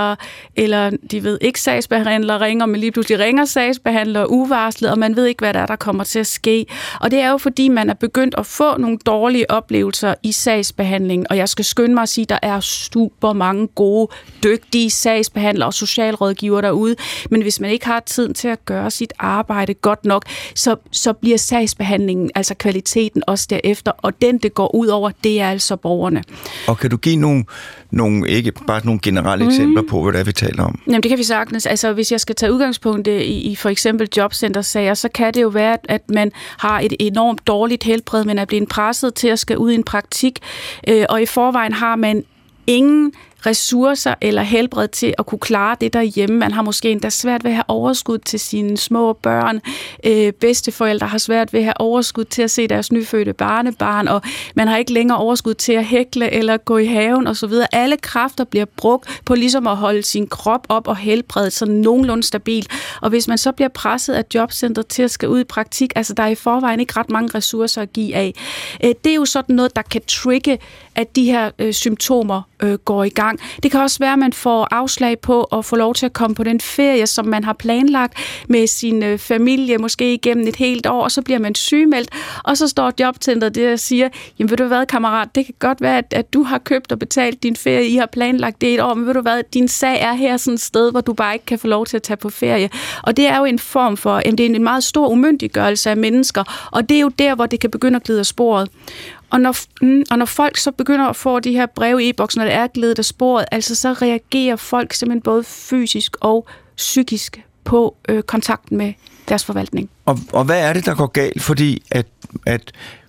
eller de ved ikke, sagsbehandler ringer, men lige pludselig ringer sagsbehandler uvarslet, og man ved ikke, hvad der kommer til at ske. Og det er jo, fordi man er begyndt at få nogle dårlige oplevelser i sagsbehandlingen, og jeg skal skynde mig at sige, at der er super mange gode, dygtige sagsbehandlere og socialrådgivere derude, men hvis man ikke har tiden til at gøre sit arbejde godt nok, så bliver sagsbehandlingen, altså kvaliteten også derefter, og den, det går ud over, det er altså borgerne. Og kan du give nogle ikke bare nogle generelle eksempler på, hvad det er, vi taler om? Jamen, det kan vi sagtens. Altså, hvis jeg skal tage udgangspunkt i for eksempel jobcentersager, så kan det jo være, at man har et enormt dårligt helbred, men er blevet presset til at skal ud i en praktik, og i forvejen har man ingen ressourcer eller helbred til at kunne klare det derhjemme. Man har måske endda svært ved at have overskud til sine små børn. Bedsteforældre har svært ved at have overskud til at se deres nyfødte barnebarn, og man har ikke længere overskud til at hækle eller gå i haven osv. Alle kræfter bliver brugt på ligesom at holde sin krop op og helbredet sådan nogenlunde stabilt. Og hvis man så bliver presset af jobcentret til at skal ud i praktik, altså der er i forvejen ikke ret mange ressourcer at give af. Det er jo sådan noget, der kan trigge, at de her symptomer går i gang. Det kan også være, at man får afslag på at få lov til at komme på den ferie, som man har planlagt med sin familie, måske igennem et helt år, og så bliver man sygemeldt, og så står jobcentret der og siger, jamen ved du hvad, kammerat, det kan godt være, at du har købt og betalt din ferie, I har planlagt det et år, men ved du hvad, din sag er her sådan et sted, hvor du bare ikke kan få lov til at tage på ferie. Og det er jo en form for, det er en meget stor umyndiggørelse af mennesker, og det er jo der, hvor det kan begynde at glide af sporet. Og når folk så begynder at få de her breve i e-boksen, når det er glidet af sporet, altså så reagerer folk simpelthen både fysisk og psykisk på kontakten med deres forvaltning. Og hvad er det, der går galt? Fordi at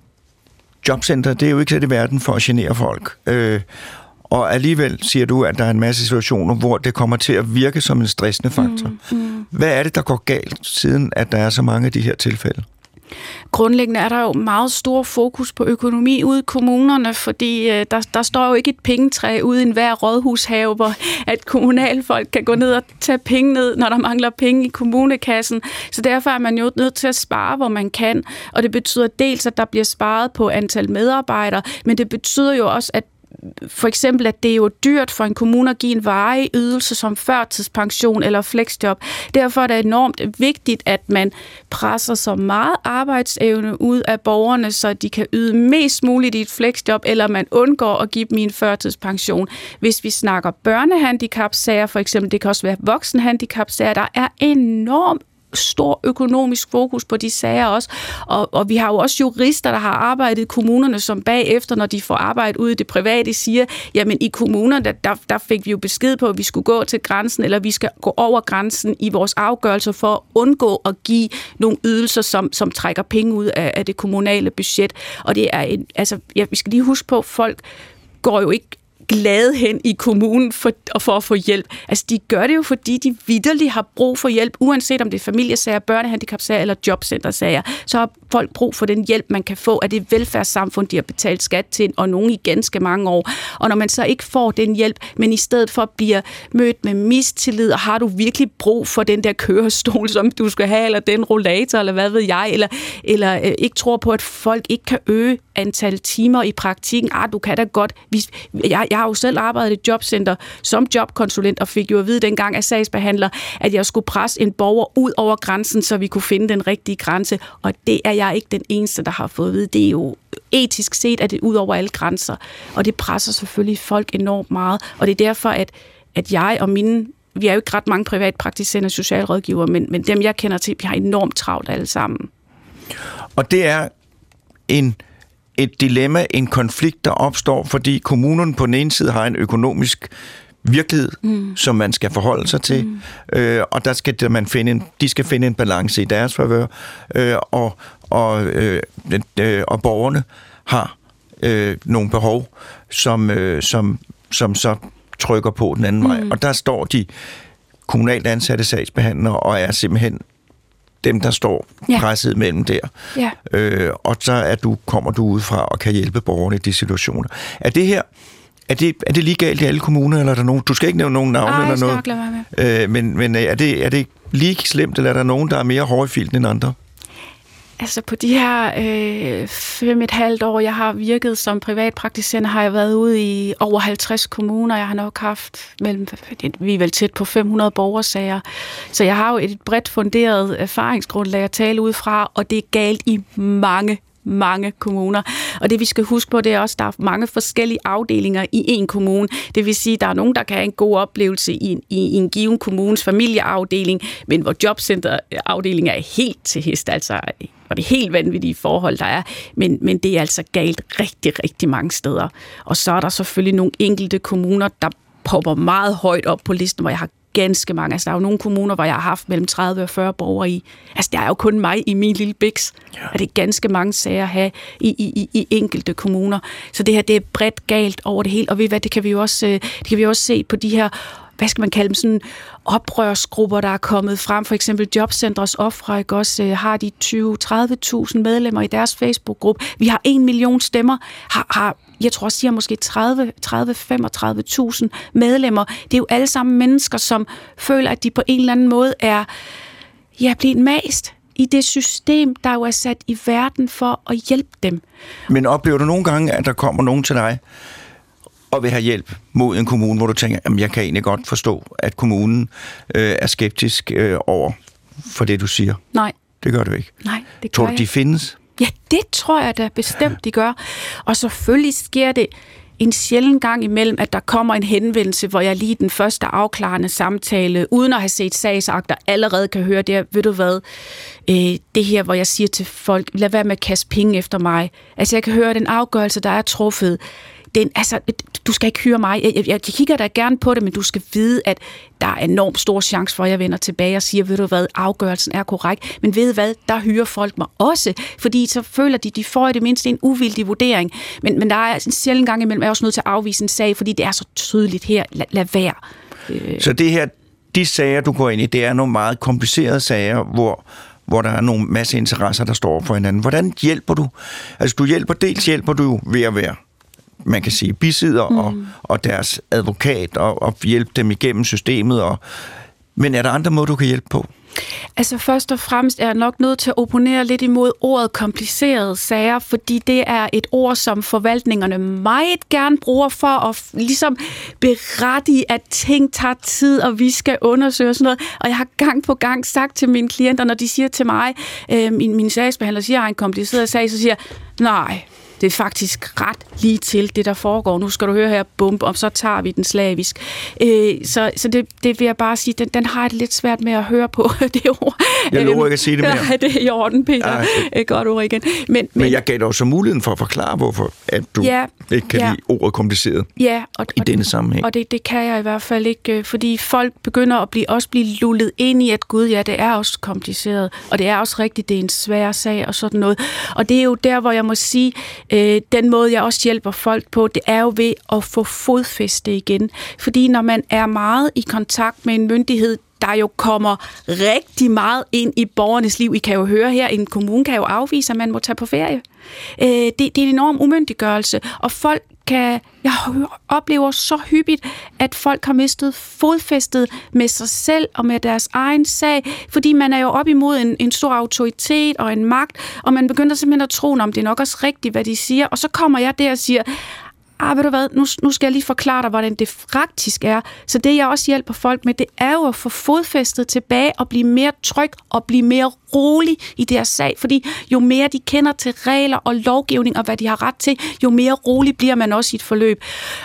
jobcenter, det er jo ikke sat i verden for at genere folk. Og alligevel siger du, at der er en masse situationer, hvor det kommer til at virke som en stressende faktor. Hvad er det, der går galt, siden at der er så mange af de her tilfælde? Grundlæggende er der jo meget stor fokus på økonomi ude i kommunerne, fordi der står jo ikke et pengetræ ude i enhver rådhushave, hvor at kommunalfolk kan gå ned og tage penge ned, når der mangler penge i kommunekassen. Så derfor er man jo nødt til at spare, hvor man kan. Og det betyder dels, at der bliver sparet på antal medarbejdere, men det betyder jo også, at for eksempel, at det er jo dyrt for en kommune at give en varig ydelse som førtidspension eller flexjob. Derfor er det enormt vigtigt, at man presser så meget arbejdsevne ud af borgerne, så de kan yde mest muligt i et flexjob, eller man undgår at give dem en førtidspension. Hvis vi snakker børnehandicapsager, for eksempel, det kan også være voksenhandicapsager, der er enormt stor økonomisk fokus på de sager også, og vi har jo også jurister, der har arbejdet i kommunerne, som bagefter, når de får arbejde ude i det private, siger, jamen i kommunerne, der fik vi jo besked på, at vi skulle gå til grænsen, eller vi skal gå over grænsen i vores afgørelser for at undgå at give nogle ydelser, som trækker penge ud af det kommunale budget. Og det er vi skal lige huske på, folk går jo ikke glade hen i kommunen for at få hjælp. Altså, de gør det jo, fordi de vitterligt har brug for hjælp, uanset om det er familiesager, børnehandicapsager eller jobcentersager. Så har folk brug for den hjælp, man kan få af det velfærdssamfund, de har betalt skat til, og nogen i ganske mange år. Og når man så ikke får den hjælp, men i stedet for bliver mødt med mistillid, og har du virkelig brug for den der kørestol, som du skal have, eller den rollator, eller hvad ved jeg, eller ikke tror på, at folk ikke kan øge antal timer i praktikken. Du kan da godt. Jeg har jo selv arbejdet i et jobcenter som jobkonsulent, og fik jo at vide dengang af sagsbehandler, at jeg skulle presse en borger ud over grænsen, så vi kunne finde den rigtige grænse. Og det er jeg ikke den eneste, der har fået at vide. Det er jo etisk set, at det er ud over alle grænser. Og det presser selvfølgelig folk enormt meget. Og det er derfor, at jeg og vi er jo ikke ret mange privatpraktiserende socialrådgivere, men dem, jeg kender til, vi har enormt travlt alle sammen. Og det er et dilemma, en konflikt, der opstår, fordi kommunerne på den ene side har en økonomisk virkelighed, som man skal forholde sig til, og der skal man de skal finde en balance i deres favør, og borgerne har nogle behov, som så trykker på den anden vej. Og der står de kommunalt ansatte sagsbehandlere og er simpelthen dem, der står presset mellem der. Ja. Og så kommer du udefra og kan hjælpe borgerne i de situationer. Er det lige galt i alle kommuner, eller er der nogen? Du skal ikke nævne nogen navne eller noget. Nej, men er det lige slemt, eller er der nogen, der er mere hårdfilten end andre? Altså på de her 5,5 år, jeg har virket som privatpraktiserende, har jeg været ude i over 50 kommuner. Jeg har nok haft vi er vel tæt på 500 borgersager. Så jeg har jo et bredt funderet erfaringsgrundlag at tale ud fra, og det er galt i mange kommuner. Og det vi skal huske på, det er også, at der er mange forskellige afdelinger i en kommune. Det vil sige, at der er nogen, der kan have en god oplevelse i en given kommunes familieafdeling, men hvor jobcenterafdelingen er helt til hest, altså og det er helt vanvittige forhold, der er, men det er altså galt rigtig mange steder. Og så er der selvfølgelig nogle enkelte kommuner, der popper meget højt op på listen, hvor jeg har ganske mange. Altså, der er jo nogle kommuner, hvor jeg har haft mellem 30 og 40 borgere i. Altså, der er jo kun mig i min lille biks. Ja. Og det er ganske mange sager at have i enkelte kommuner. Så det her, det er bredt galt over det hele. Og ved hvad, det kan vi jo også se på de her, hvad skal man kalde dem, sådan oprørsgrupper, der er kommet frem. For eksempel Jobcentres ofre, ikke også, har de 20-30.000 medlemmer i deres Facebook-gruppe. Vi har 1 million stemmer, jeg tror også, de har måske 30-35.000 medlemmer. Det er jo alle sammen mennesker, som føler, at de på en eller anden måde er blevet mast i det system, der jo er sat i verden for at hjælpe dem. Men oplever du nogle gange, at der kommer nogen til dig og vil have hjælp mod en kommune, hvor du tænker, at jeg kan egentlig godt forstå, at kommunen er skeptisk over for det, du siger? Nej. Det gør du ikke? Nej, det gør Tror du, de findes? Ja, det tror jeg da bestemt, de gør. Og selvfølgelig sker det en sjælden gang imellem, at der kommer en henvendelse, hvor jeg lige den første afklarende samtale, uden at have set sagsakter, allerede kan høre det. Ved du hvad? Det her, hvor jeg siger til folk, lad være med at kaste penge efter mig. Altså, jeg kan høre den afgørelse, der er truffet. Du skal ikke hyre mig. Jeg kigger da gerne på det, men du skal vide, at der er enormt stor chance for, at jeg vender tilbage og siger, ved du hvad, afgørelsen er korrekt. Men ved hvad, der hyrer folk mig også, fordi så føler de får i det mindste en uvildig vurdering. Men der er en sjældent gang imellem, jeg er også nødt til at afvise en sag, fordi det er så tydeligt her. Lad være. Så det her, de sager, du går ind i, det er nogle meget komplicerede sager, hvor der er nogle masse interesser, der står for hinanden. Hvordan hjælper du? Altså, dels hjælper du ved at være, man kan sige, bisidder og deres advokat og hjælpe dem igennem systemet. Men er der andre måder, du kan hjælpe på? Altså først og fremmest er jeg nok nødt til at opponere lidt imod ordet komplicerede sager, fordi det er et ord, som forvaltningerne meget gerne bruger for at ligesom berettige, at ting tager tid, og vi skal undersøge sådan noget. Og jeg har gang på gang sagt til mine klienter, når de siger til mig, min sagsbehandler siger, at jeg har en kompliceret sag, så siger jeg, nej, det er faktisk ret lige til det, der foregår. Nu skal du høre her, bump, og så tager vi den slavisk. Så det vil jeg bare sige, den har jeg det lidt svært med at høre på, det ord. Jeg lover ikke at sige det mere. Nej, det er i orden, Peter. Godt ord igen. Men jeg gav dig også muligheden for at forklare, hvorfor at du ikke kan lide ordet kompliceret i denne sammenhæng. Og det kan jeg i hvert fald ikke, fordi folk begynder at blive lullet ind i, at gud, det er også kompliceret, og det er også rigtigt, det er en svær sag og sådan noget. Og det er jo der, hvor jeg må sige, den måde, jeg også hjælper folk på, det er jo ved at få fodfæste igen. Fordi når man er meget i kontakt med en myndighed, der jo kommer rigtig meget ind i borgernes liv. I kan jo høre her, en kommune kan jo afvise, at man må tage på ferie. Det er en enorm umyndiggørelse, og jeg oplever så hyppigt, at folk har mistet fodfæstet med sig selv og med deres egen sag, fordi man er jo op imod en stor autoritet og en magt, og man begynder simpelthen at tro, om det er nok også rigtigt, hvad de siger, og så kommer jeg der og siger, ved du hvad, nu skal jeg lige forklare dig, hvordan det faktisk er. Så det, jeg også hjælper folk med, det er jo at få fodfæstet tilbage og blive mere tryg og blive mere rolig i deres sag. Fordi jo mere de kender til regler og lovgivning og hvad de har ret til, jo mere rolig bliver man også i et forløb.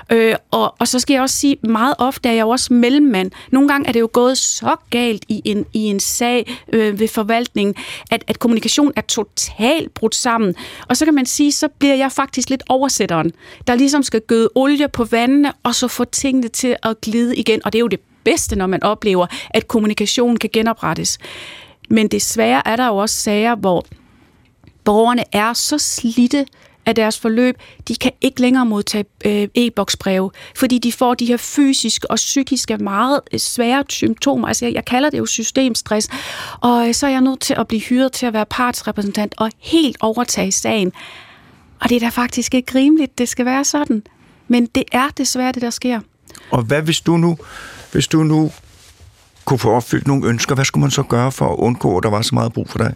Og så skal jeg også sige, meget ofte er jeg jo også mellemmand. Nogle gange er det jo gået så galt i en sag ved forvaltningen, at kommunikation er totalt brudt sammen. Og så kan man sige, så bliver jeg faktisk lidt oversætteren, der ligesom skal gøde olie på vandene, og så få tingene til at glide igen. Og det er jo det bedste, når man oplever, at kommunikationen kan genoprettes. Men desværre er der jo også sager, hvor borgerne er så slidte af deres forløb, de kan ikke længere modtage e-boksbreve, fordi de får de her fysiske og psykiske meget svære symptomer. Altså jeg kalder det jo systemstress, og så er jeg nødt til at blive hyret til at være partsrepræsentant og helt overtage sagen. Og det er da faktisk ikke rimeligt, det skal være sådan. Men det er desværre det, der sker. Og hvad hvis du nu kunne få opfyldt nogle ønsker, hvad skulle man så gøre for at undgå, at der var så meget brug for dig?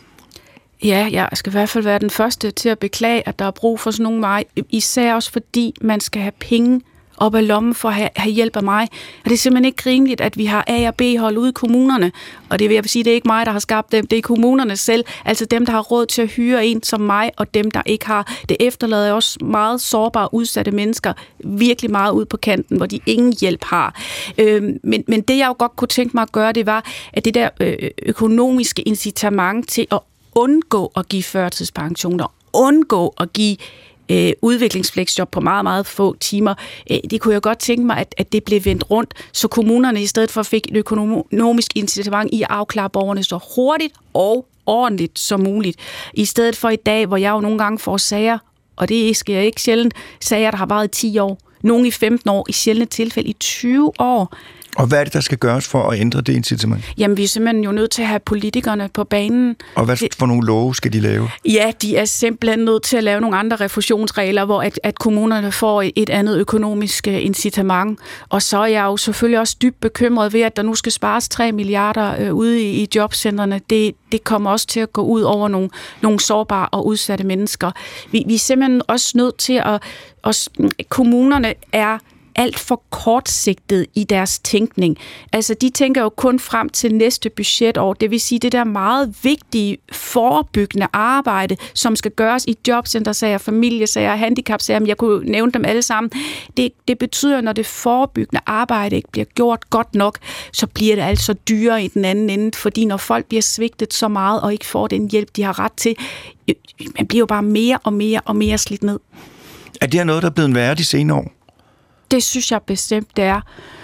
Ja, jeg skal i hvert fald være den første til at beklage, at der er brug for sådan nogle mig, især også fordi man skal have penge op af lommen for at have hjælp af mig. Og det er simpelthen ikke rimeligt, at vi har A- og B-hold ude i kommunerne. Og det vil jeg sige, det er ikke mig, der har skabt dem. Det er kommunerne selv, altså dem, der har råd til at hyre en som mig, og dem, der ikke har. Det efterlader også meget sårbare, udsatte mennesker virkelig meget ude på kanten, hvor de ingen hjælp har. Men det, jeg jo godt kunne tænke mig at gøre, det var, at det der økonomiske incitament til at undgå at give førtidspensioner, undgå at give udviklingsfleksjob på meget, meget få timer. Det kunne jeg godt tænke mig, at det blev vendt rundt, så kommunerne i stedet for fik et økonomisk incitament i at afklare borgerne så hurtigt og ordentligt som muligt. I stedet for i dag, hvor jeg jo nogle gange får sager, og det sker ikke sjældent, sager, der har varet i 10 år, nogle i 15 år, i sjældne tilfælde i 20 år. Og hvad er det, der skal gøres for at ændre det incitament? Jamen, vi er simpelthen jo nødt til at have politikerne på banen. Og hvad for nogle love skal de lave? Ja, de er simpelthen nødt til at lave nogle andre refusionsregler, hvor at kommunerne får et andet økonomisk incitament. Og så er jeg jo selvfølgelig også dybt bekymret ved, at der nu skal spares 3 milliarder ude i jobcentrene. Det kommer også til at gå ud over nogle sårbare og udsatte mennesker. Vi er simpelthen også nødt til at kommunerne er alt for kortsigtet i deres tænkning. Altså, de tænker jo kun frem til næste budgetår. Det vil sige, det der meget vigtige forebyggende arbejde, som skal gøres i jobcentersager, familiesager, handicapsager, men jeg kunne nævne dem alle sammen. Det betyder, når det forebyggende arbejde ikke bliver gjort godt nok, så bliver det altså dyrere i den anden ende, fordi når folk bliver svigtet så meget og ikke får den hjælp, de har ret til, man bliver jo bare mere og mere og mere slidt ned. Er det noget, der er blevet værre de senere år? Det synes jeg bestemt, det er.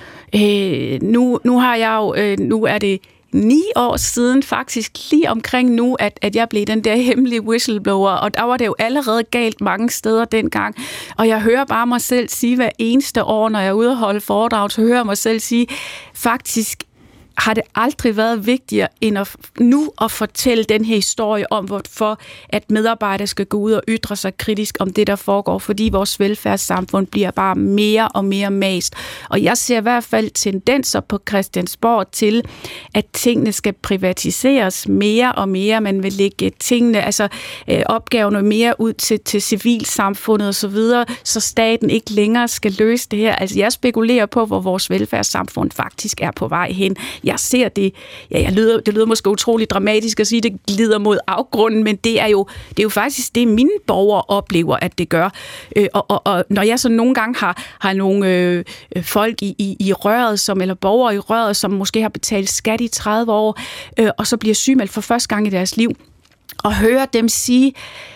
Nu har jeg jo, nu er det 9 år siden, faktisk lige omkring nu, at jeg blev den der hemmelige whistleblower, og der var det jo allerede galt mange steder dengang. Og jeg hører bare mig selv sige hver eneste år, når jeg er ude og holde foredrag, så hører jeg mig selv sige, faktisk har det aldrig været vigtigere end at fortælle den her historie om, hvorfor at medarbejdere skal gå ud og ytre sig kritisk om det, der foregår, fordi vores velfærdssamfund bliver bare mere og mere mast. Og jeg ser i hvert fald tendenser på Christiansborg til, at tingene skal privatiseres mere og mere. Man vil lægge tingene, altså opgaverne mere ud til civilsamfundet osv., så staten ikke længere skal løse det her. Altså jeg spekulerer på, hvor vores velfærdssamfund faktisk er på vej hen. Jeg ser det, det lyder måske utroligt dramatisk at sige, det glider mod afgrunden, men det er jo faktisk det, mine borgere oplever, at det gør. Og når jeg så nogle gange har nogle folk i røret, eller borgere i røret, som måske har betalt skat i 30 år, og så bliver sygemeldt for første gang i deres liv, og hører dem sige,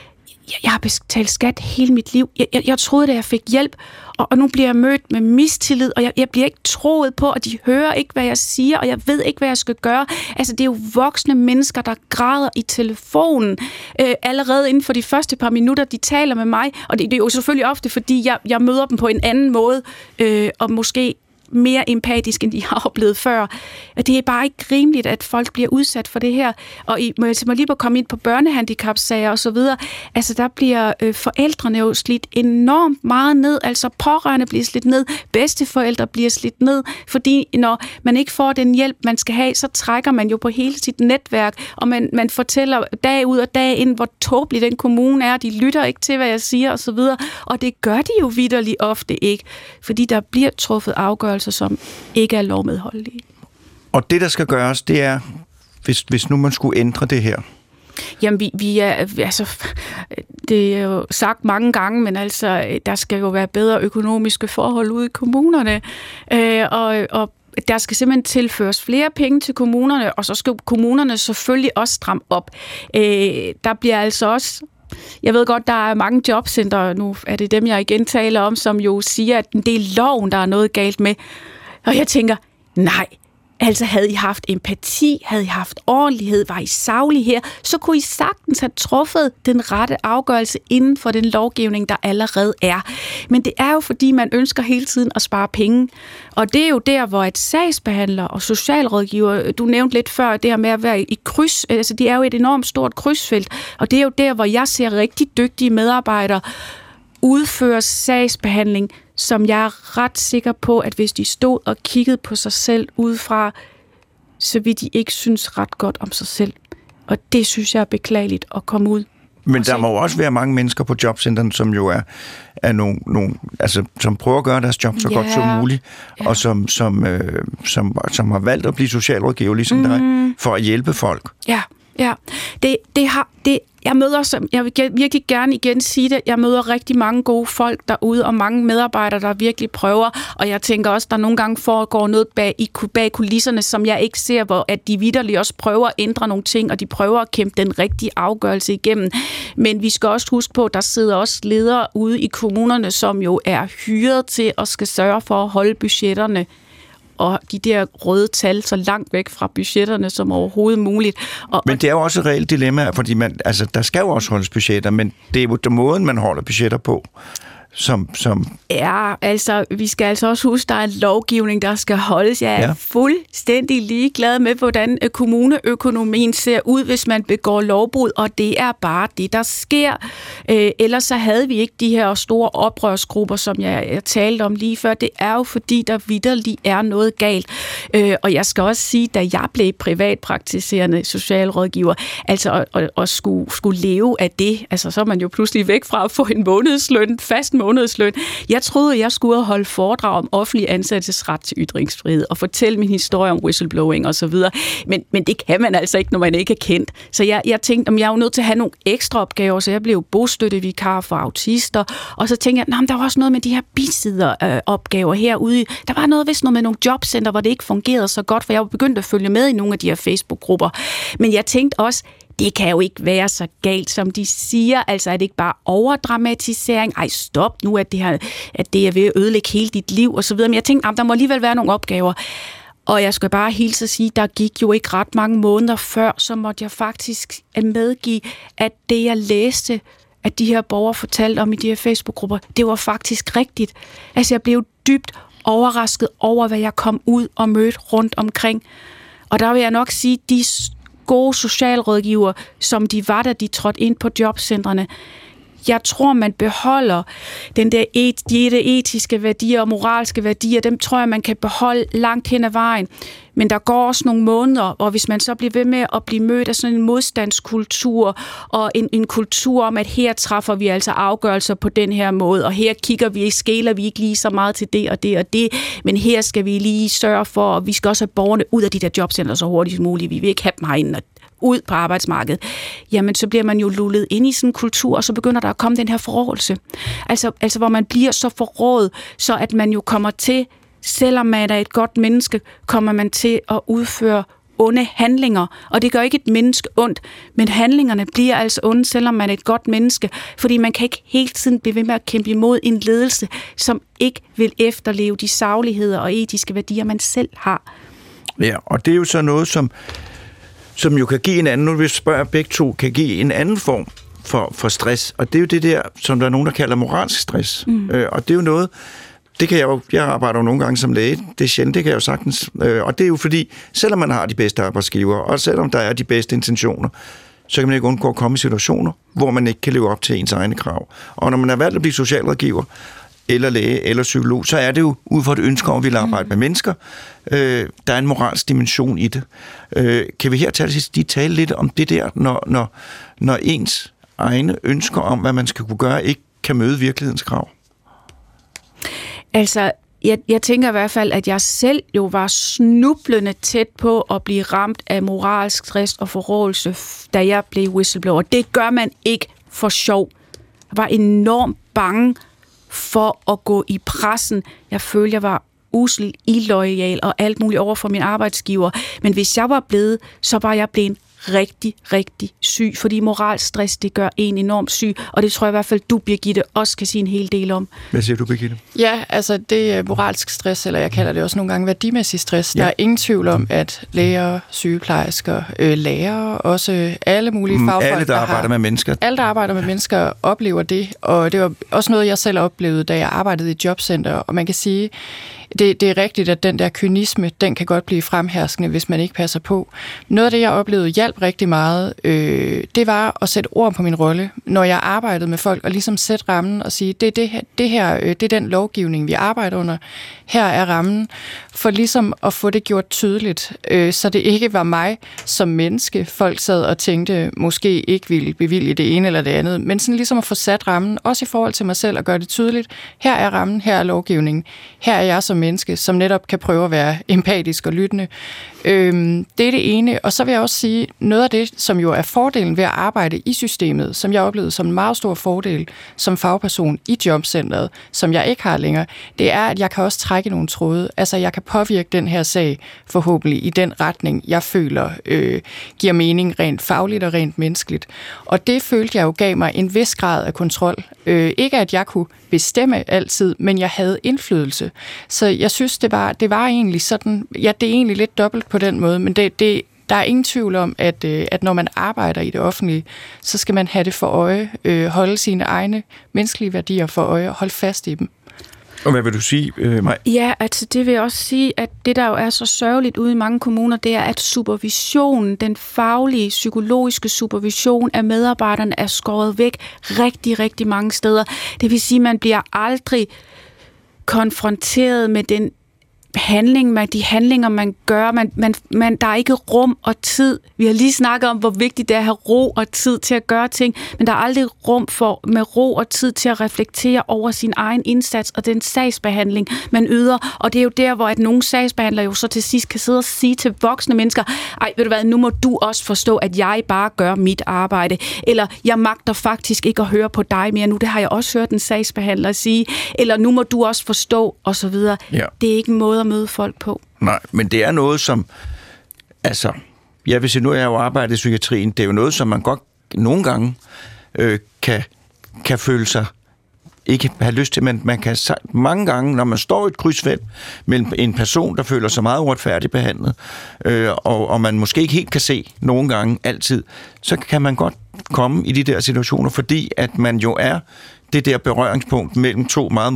jeg har betalt skat hele mit liv. Jeg troede, at jeg fik hjælp, og nu bliver jeg mødt med mistillid, og jeg bliver ikke troet på, og de hører ikke, hvad jeg siger, og jeg ved ikke, hvad jeg skal gøre. Altså, det er jo voksne mennesker, der græder i telefonen allerede inden for de første par minutter, de taler med mig, og det er jo selvfølgelig ofte, fordi jeg møder dem på en anden måde, og måske mere empatisk, end de har oplevet før. Det er bare ikke rimeligt, at folk bliver udsat for det her. Og må jeg lige komme ind på børnehandicapsager og så videre. Altså, der bliver forældrene jo slidt enormt meget ned. Altså, pårørende bliver slidt ned. Bedsteforældre bliver slidt ned. Fordi når man ikke får den hjælp, man skal have, så trækker man jo på hele sit netværk. Og man fortæller dag ud og dag ind, hvor tåbelig den kommune er. De lytter ikke til, hvad jeg siger og så videre. Og det gør de jo vitterligt ofte ikke. Fordi der bliver truffet afgørelser, som ikke er lovmedholdelige. Og det, der skal gøres, det er, hvis nu man skulle ændre det her? Jamen, vi er, altså, det er jo sagt mange gange, men altså, der skal jo være bedre økonomiske forhold ude i kommunerne, og der skal simpelthen tilføres flere penge til kommunerne, og så skal kommunerne selvfølgelig også stramme op. Der bliver altså også... Jeg ved godt, der er mange jobcenter, nu er det dem, jeg igen taler om, som jo siger, at det er loven, der er noget galt med. Og jeg tænker, nej, Altså havde I haft empati, havde I haft ordentlighed, var I saglige her, så kunne I sagtens have truffet den rette afgørelse inden for den lovgivning, der allerede er. Men det er jo fordi, man ønsker hele tiden at spare penge. Og det er jo der, hvor et sagsbehandler og socialrådgiver, du nævnte lidt før, det her med at være i kryds, altså det er jo et enormt stort krydsfelt, og det er jo der, hvor jeg ser rigtig dygtige medarbejdere udføre sagsbehandling, som jeg er ret sikker på, at hvis de stod og kiggede på sig selv udefra, så vil de ikke synes ret godt om sig selv. Og det synes jeg er beklageligt at komme ud. Men der må jo også være mange mennesker på jobcenterne, som jo er nogle altså, som prøver at gøre deres job så godt som muligt, og som har valgt at blive socialrådgiver ligesom dig, for at hjælpe folk. Ja. Jeg møder, jeg vil virkelig gerne igen sige det, jeg møder rigtig mange gode folk derude, og mange medarbejdere, der virkelig prøver, og jeg tænker også, der nogle gange foregår noget bag kulisserne, som jeg ikke ser, hvor at de vitterligt også prøver at ændre nogle ting, og de prøver at kæmpe den rigtige afgørelse igennem. Men vi skal også huske på, at der sidder også ledere ude i kommunerne, som jo er hyret til at skal sørge for at holde budgetterne og de der røde tal så langt væk fra budgetterne som overhovedet muligt. Men det er jo også et reelt dilemma, fordi der skal jo også holdes budgetter, men det er jo den måde, man holder budgetter på. Ja, altså, vi skal altså også huske, der er en lovgivning, der skal holdes. Jeg er fuldstændig ligeglad med, hvordan kommuneøkonomien ser ud, hvis man begår lovbrud, og det er bare det, der sker. Ellers så havde vi ikke de her store oprørsgrupper, som jeg talte om lige før. Det er jo fordi, der vitterligt er noget galt. Og jeg skal også sige, da jeg blev privatpraktiserende socialrådgiver, altså at skulle leve af det, altså så er man jo pludselig væk fra at få en månedsløn, fast månedsløn. Jeg troede, jeg skulle holde foredrag om offentlig ansattes ret til ytringsfrihed og fortælle min historie om whistleblowing og så videre. Men det kan man altså ikke, når man ikke er kendt. Så jeg tænkte, om jeg er jo nødt til at have nogle ekstra opgaver, så jeg blev bostøttevikar for autister. Og så tænkte jeg, der var også noget med de her bisideropgaver herude. Der var noget med nogle jobcenter, hvor det ikke fungerede så godt, for jeg var begyndt at følge med i nogle af de her Facebook-grupper. Men jeg tænkte også, det kan jo ikke være så galt, som de siger. Altså, er det ikke bare overdramatisering? Ej, stop nu, at det er ved at ødelægge hele dit liv, og så videre. Men jeg tænkte, der må alligevel være nogle opgaver. Og jeg skal bare hilse at sige, der gik jo ikke ret mange måneder før, så måtte jeg faktisk medgive, at det, jeg læste, at de her borgere fortalte om i de her Facebook-grupper, det var faktisk rigtigt. Altså, jeg blev dybt overrasket over, hvad jeg kom ud og mødte rundt omkring. Og der vil jeg nok sige, de gode socialrådgiver, som de var, da de trådte ind på jobcentrene. Jeg tror, man beholder de etiske værdier og moralske værdier, dem tror jeg, man kan beholde langt hen ad vejen. Men der går også nogle måneder, og hvis man så bliver ved med at blive mødt af sådan en modstandskultur, og en kultur om, at her træffer vi altså afgørelser på den her måde, og her skeler vi ikke lige så meget til det og det og det, men her skal vi lige sørge for, og vi skal også have borgerne ud af de der jobcenter så hurtigt som muligt. Vi vil ikke have dem herinde ud på arbejdsmarkedet, jamen så bliver man jo lullet ind i sådan en kultur, og så begynder der at komme den her forrådelse. Altså hvor man bliver så forrådet, så at man jo kommer til, selvom man er et godt menneske, kommer man til at udføre onde handlinger. Og det gør ikke et menneske ondt, men handlingerne bliver altså onde, selvom man er et godt menneske, fordi man kan ikke hele tiden blive ved med at kæmpe imod en ledelse, som ikke vil efterleve de sagligheder og etiske værdier, man selv har. Ja, og det er jo så noget, som jo kan give en anden, nu vil jeg spørge begge to, kan give en anden form for stress. Og det er jo det der, som der er nogen, der kalder moralsk stress. Og det er jo noget, det kan jeg arbejder jo nogle gange som læge, det er sjældent, det kan jeg jo sagtens. Og det er jo fordi, selvom man har de bedste arbejdsgiver, og selvom der er de bedste intentioner, så kan man ikke undgå at komme i situationer, hvor man ikke kan leve op til ens egne krav. Og når man er valgt at blive socialrådgiver, eller læge, eller psykolog, så er det jo ud fra et ønske om, at vi vil arbejde med mennesker. Der er en moralsk dimension i det. Kan vi her tale lidt om det der, når ens egne ønsker om, hvad man skal kunne gøre, ikke kan møde virkelighedens krav? Altså, jeg tænker i hvert fald, at jeg selv jo var snublende tæt på at blive ramt af moralsk stress og forrådelse, da jeg blev whistleblower. Det gør man ikke for sjov. Jeg var enormt bange for at gå i pressen. Jeg følte, jeg var usel, illoyal og alt muligt over for min arbejdsgiver. Men hvis jeg var blevet, så var jeg blevet rigtig, rigtig syg, fordi moralstress, det gør en enormt syg, og det tror jeg i hvert fald, du, Birgitte, også kan sige en hel del om. Hvad siger du, Birgitte? Ja, altså det er moralsk stress, eller jeg kalder det også nogle gange værdimæssig stress. Der er ingen tvivl om, at læger, sygeplejersker, lærere, også alle mulige fagfolk, alle, der arbejder med mennesker. Alle, der arbejder med mennesker, oplever det, og det var også noget, jeg selv oplevede, da jeg arbejdede i jobcenter, og man kan sige, det er rigtigt, at den der kynisme, den kan godt blive fremherskende, hvis man ikke passer på. Noget af det, jeg oplevede, hjalp rigtig meget, det var at sætte ord på min rolle, når jeg arbejdede med folk, og ligesom sætte rammen og sige, det er den lovgivning, vi arbejder under. Her er rammen, for ligesom at få det gjort tydeligt, så det ikke var mig som menneske, folk sad og tænkte, måske ikke ville bevilge det ene eller det andet, men sådan ligesom at få sat rammen, også i forhold til mig selv, og gøre det tydeligt. Her er rammen, her er lovgivningen. Her er jeg som menneske, som netop kan prøve at være empatisk og lyttende. Det er det ene, og så vil jeg også sige, noget af det, som jo er fordelen ved at arbejde i systemet, som jeg oplevede som en meget stor fordel som fagperson i jobcentret, som jeg ikke har længere, det er, at jeg kan også trække nogle tråde. Altså, jeg kan påvirke den her sag forhåbentlig i den retning, jeg føler giver mening rent fagligt og rent menneskeligt. Og det følte jeg jo gav mig en vis grad af kontrol. Ikke at jeg kunne bestemme altid, men jeg havde indflydelse. Så jeg synes, det var egentlig sådan, ja, det er egentlig lidt dobbelt på den måde, men der er ingen tvivl om, at når man arbejder i det offentlige, så skal man have det for øje, holde sine egne menneskelige værdier for øje og holde fast i dem. Og hvad vil du sige, Maj? Ja, altså det vil jeg også sige, at det, der jo er så sørgeligt ude i mange kommuner, det er, at supervisionen, den faglige, psykologiske supervision af medarbejderne er skåret væk rigtig, rigtig mange steder. Det vil sige, at man bliver aldrig konfronteret med de handlinger, man gør. Der er ikke rum og tid. Vi har lige snakket om, hvor vigtigt det er at have ro og tid til at gøre ting, men der er aldrig rum med ro og tid til at reflektere over sin egen indsats og den sagsbehandling, man yder. Og det er jo der, hvor at nogle sagsbehandlere jo så til sidst kan sidde og sige til voksne mennesker, ej, ved du hvad, nu må du også forstå, at jeg bare gør mit arbejde. Eller, jeg magter faktisk ikke at høre på dig mere nu. Det har jeg også hørt en sagsbehandler sige. Eller, nu må du også forstå, og så videre. Ja. Det er ikke en måde at møde folk på. Nej, men det er noget, som... Altså, jeg vil sige, nu har jeg jo arbejdet i psykiatrien. Det er jo noget, som man godt nogle gange kan føle sig ikke have lyst til, men man kan mange gange, når man står i et krydsfelt mellem en person, der føler sig meget uretfærdigt behandlet, og man måske ikke helt kan se nogle gange altid, så kan man godt komme i de der situationer, fordi at man jo er det der berøringspunkt mellem to meget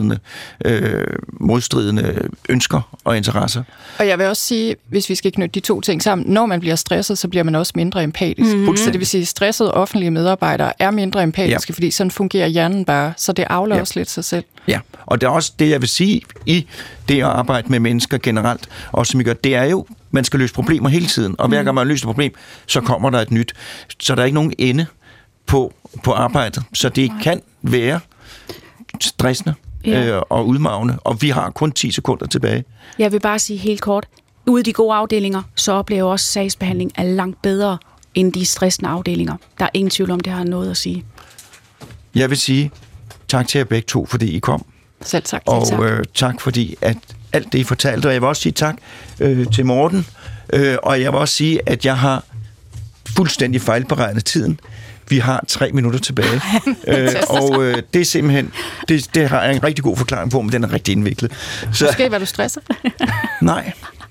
modstridende ønsker og interesser. Og jeg vil også sige, hvis vi skal knytte de to ting sammen, når man bliver stresset, så bliver man også mindre empatisk. Mm-hmm. Så det vil sige, at stressede offentlige medarbejdere er mindre empatiske, fordi sådan fungerer hjernen bare, så det afler også lidt sig selv. Ja, og det er også det, jeg vil sige i det at arbejde med mennesker generelt, og som vi gør, det er jo, man skal løse problemer hele tiden, og hver gang man løser et problem, så kommer der et nyt. Så der er ikke nogen ende på arbejdet, så det kan være stressende og udmagende, og vi har kun 10 sekunder tilbage. Jeg vil bare sige helt kort, ude i de gode afdelinger, så oplever jeg også, at sagsbehandling er langt bedre end de stressende afdelinger. Der er ingen tvivl om, det har noget at sige. Jeg vil sige tak til jer begge to, fordi I kom. Selv tak. Og tak fordi, at alt det, I fortalte, og jeg vil også sige tak til Morten, og jeg vil også sige, at jeg har fuldstændig fejlberegnet tiden. Vi har 3 minutter tilbage, og det er simpelthen, det har jeg en rigtig god forklaring på, men den er rigtig indviklet. Så, måske var du stresset? Nej,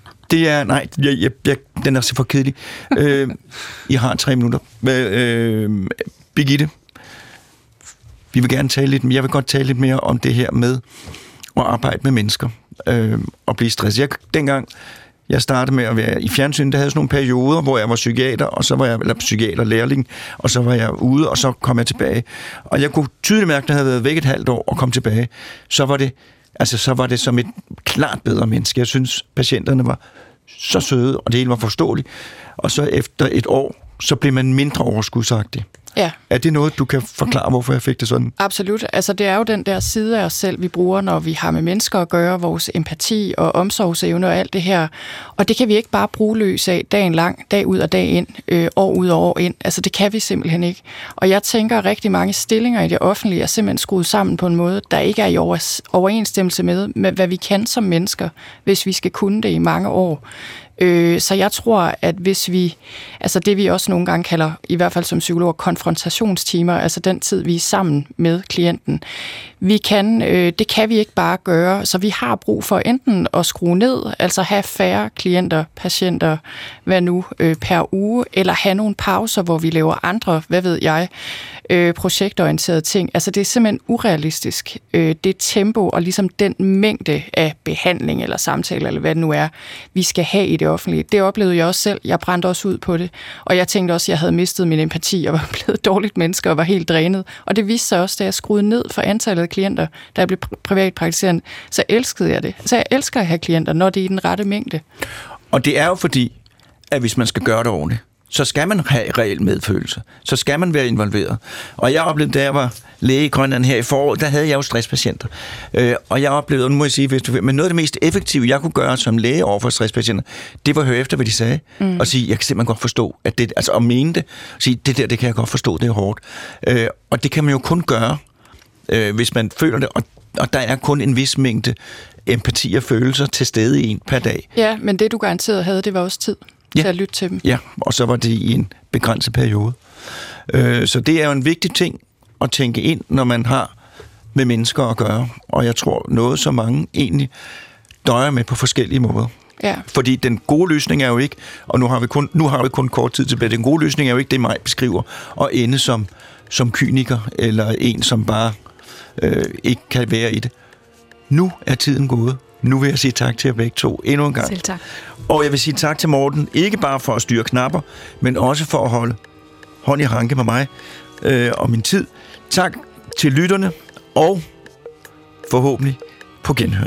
den er så for kedelig. I har 3 minutter. Birgitte, vi vil gerne tale lidt, men jeg vil godt tale lidt mere om det her med at arbejde med mennesker og blive stresset. Dengang jeg startede med at være i fjernsynet, der havde sådan nogle perioder, hvor jeg var psykiater, og så var jeg psykiaterlærling, og så var jeg ude, og så kom jeg tilbage. Og jeg kunne tydeligt mærke, at jeg havde været væk et halvt år og kom tilbage. Så var det som et klart bedre menneske. Jeg synes, patienterne var så søde, og det hele var forståeligt. Og så efter et år, så blev man mindre overskudsagtig. Ja. Er det noget, du kan forklare, hvorfor jeg fik det sådan? Absolut. Altså, det er jo den der side af os selv, vi bruger, når vi har med mennesker at gøre, vores empati og omsorgsevne og alt det her. Og det kan vi ikke bare bruge løs af dagen lang, dag ud og dag ind, år ud og år ind. Altså, det kan vi simpelthen ikke. Og jeg tænker, at rigtig mange stillinger i det offentlige er simpelthen skruet sammen på en måde, der ikke er i overensstemmelse med, hvad vi kan som mennesker, hvis vi skal kunne det i mange år. Så jeg tror, at hvis vi, altså det vi også nogle gange kalder, i hvert fald som psykologer, konfrontationstimer, altså den tid, vi er sammen med klienten, det kan vi ikke bare gøre, så vi har brug for enten at skrue ned, altså have færre klienter, patienter, per uge, eller have nogle pauser, hvor vi laver andre, projektorienterede ting. Altså det er simpelthen urealistisk, det tempo og ligesom den mængde af behandling eller samtale, eller hvad det nu er, vi skal have i det offentlige. Det oplevede jeg også selv. Jeg brændte også ud på det, og jeg tænkte også, at jeg havde mistet min empati og var blevet et dårligt menneske og var helt drænet. Og det viste sig også, da jeg skruede ned for antallet af klienter, da jeg blev privatpraktiserende, så elskede jeg det. Så jeg elsker at have klienter, når det er i den rette mængde. Og det er jo fordi, at hvis man skal gøre det ordentligt, så skal man have reel medfølelse. Så skal man være involveret. Og jeg oplevede, da jeg var læge i Grønland her i foråret, der havde jeg jo stresspatienter. Og jeg oplevede, nu må jeg sige, men noget af det mest effektive, jeg kunne gøre som læge over for stresspatienter, det var at høre efter, hvad de sagde. Og sige, jeg kan simpelthen godt forstå, at det, altså at mene det, sige, det kan jeg godt forstå, det er hårdt. Og det kan man jo kun gøre, hvis man føler det, og der er kun en vis mængde empati og følelser til stede i en per dag. Ja, men det du garanteret havde, det var også tid til at lytte til dem. Ja, og så var det i en begrænset periode. Så det er jo en vigtig ting at tænke ind, når man har med mennesker at gøre. Og jeg tror noget, så mange egentlig døjer med på forskellige måder. Ja. Fordi den gode løsning er jo ikke, og nu har vi kun kort tid tilbage, den gode løsning er jo ikke det, mig beskriver, at ende som kyniker, eller en, som bare ikke kan være i det. Nu er tiden gået. Nu vil jeg sige tak til jer begge to endnu en gang. Selv tak. Og jeg vil sige tak til Morten, ikke bare for at styre knapper, men også for at holde hånd i hanke med mig og min tid. Tak til lytterne, og forhåbentlig på genhør.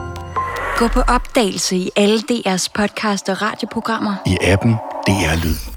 Gå på opdagelse i alle DR's podcast og radioprogrammer. I appen DR Lyd.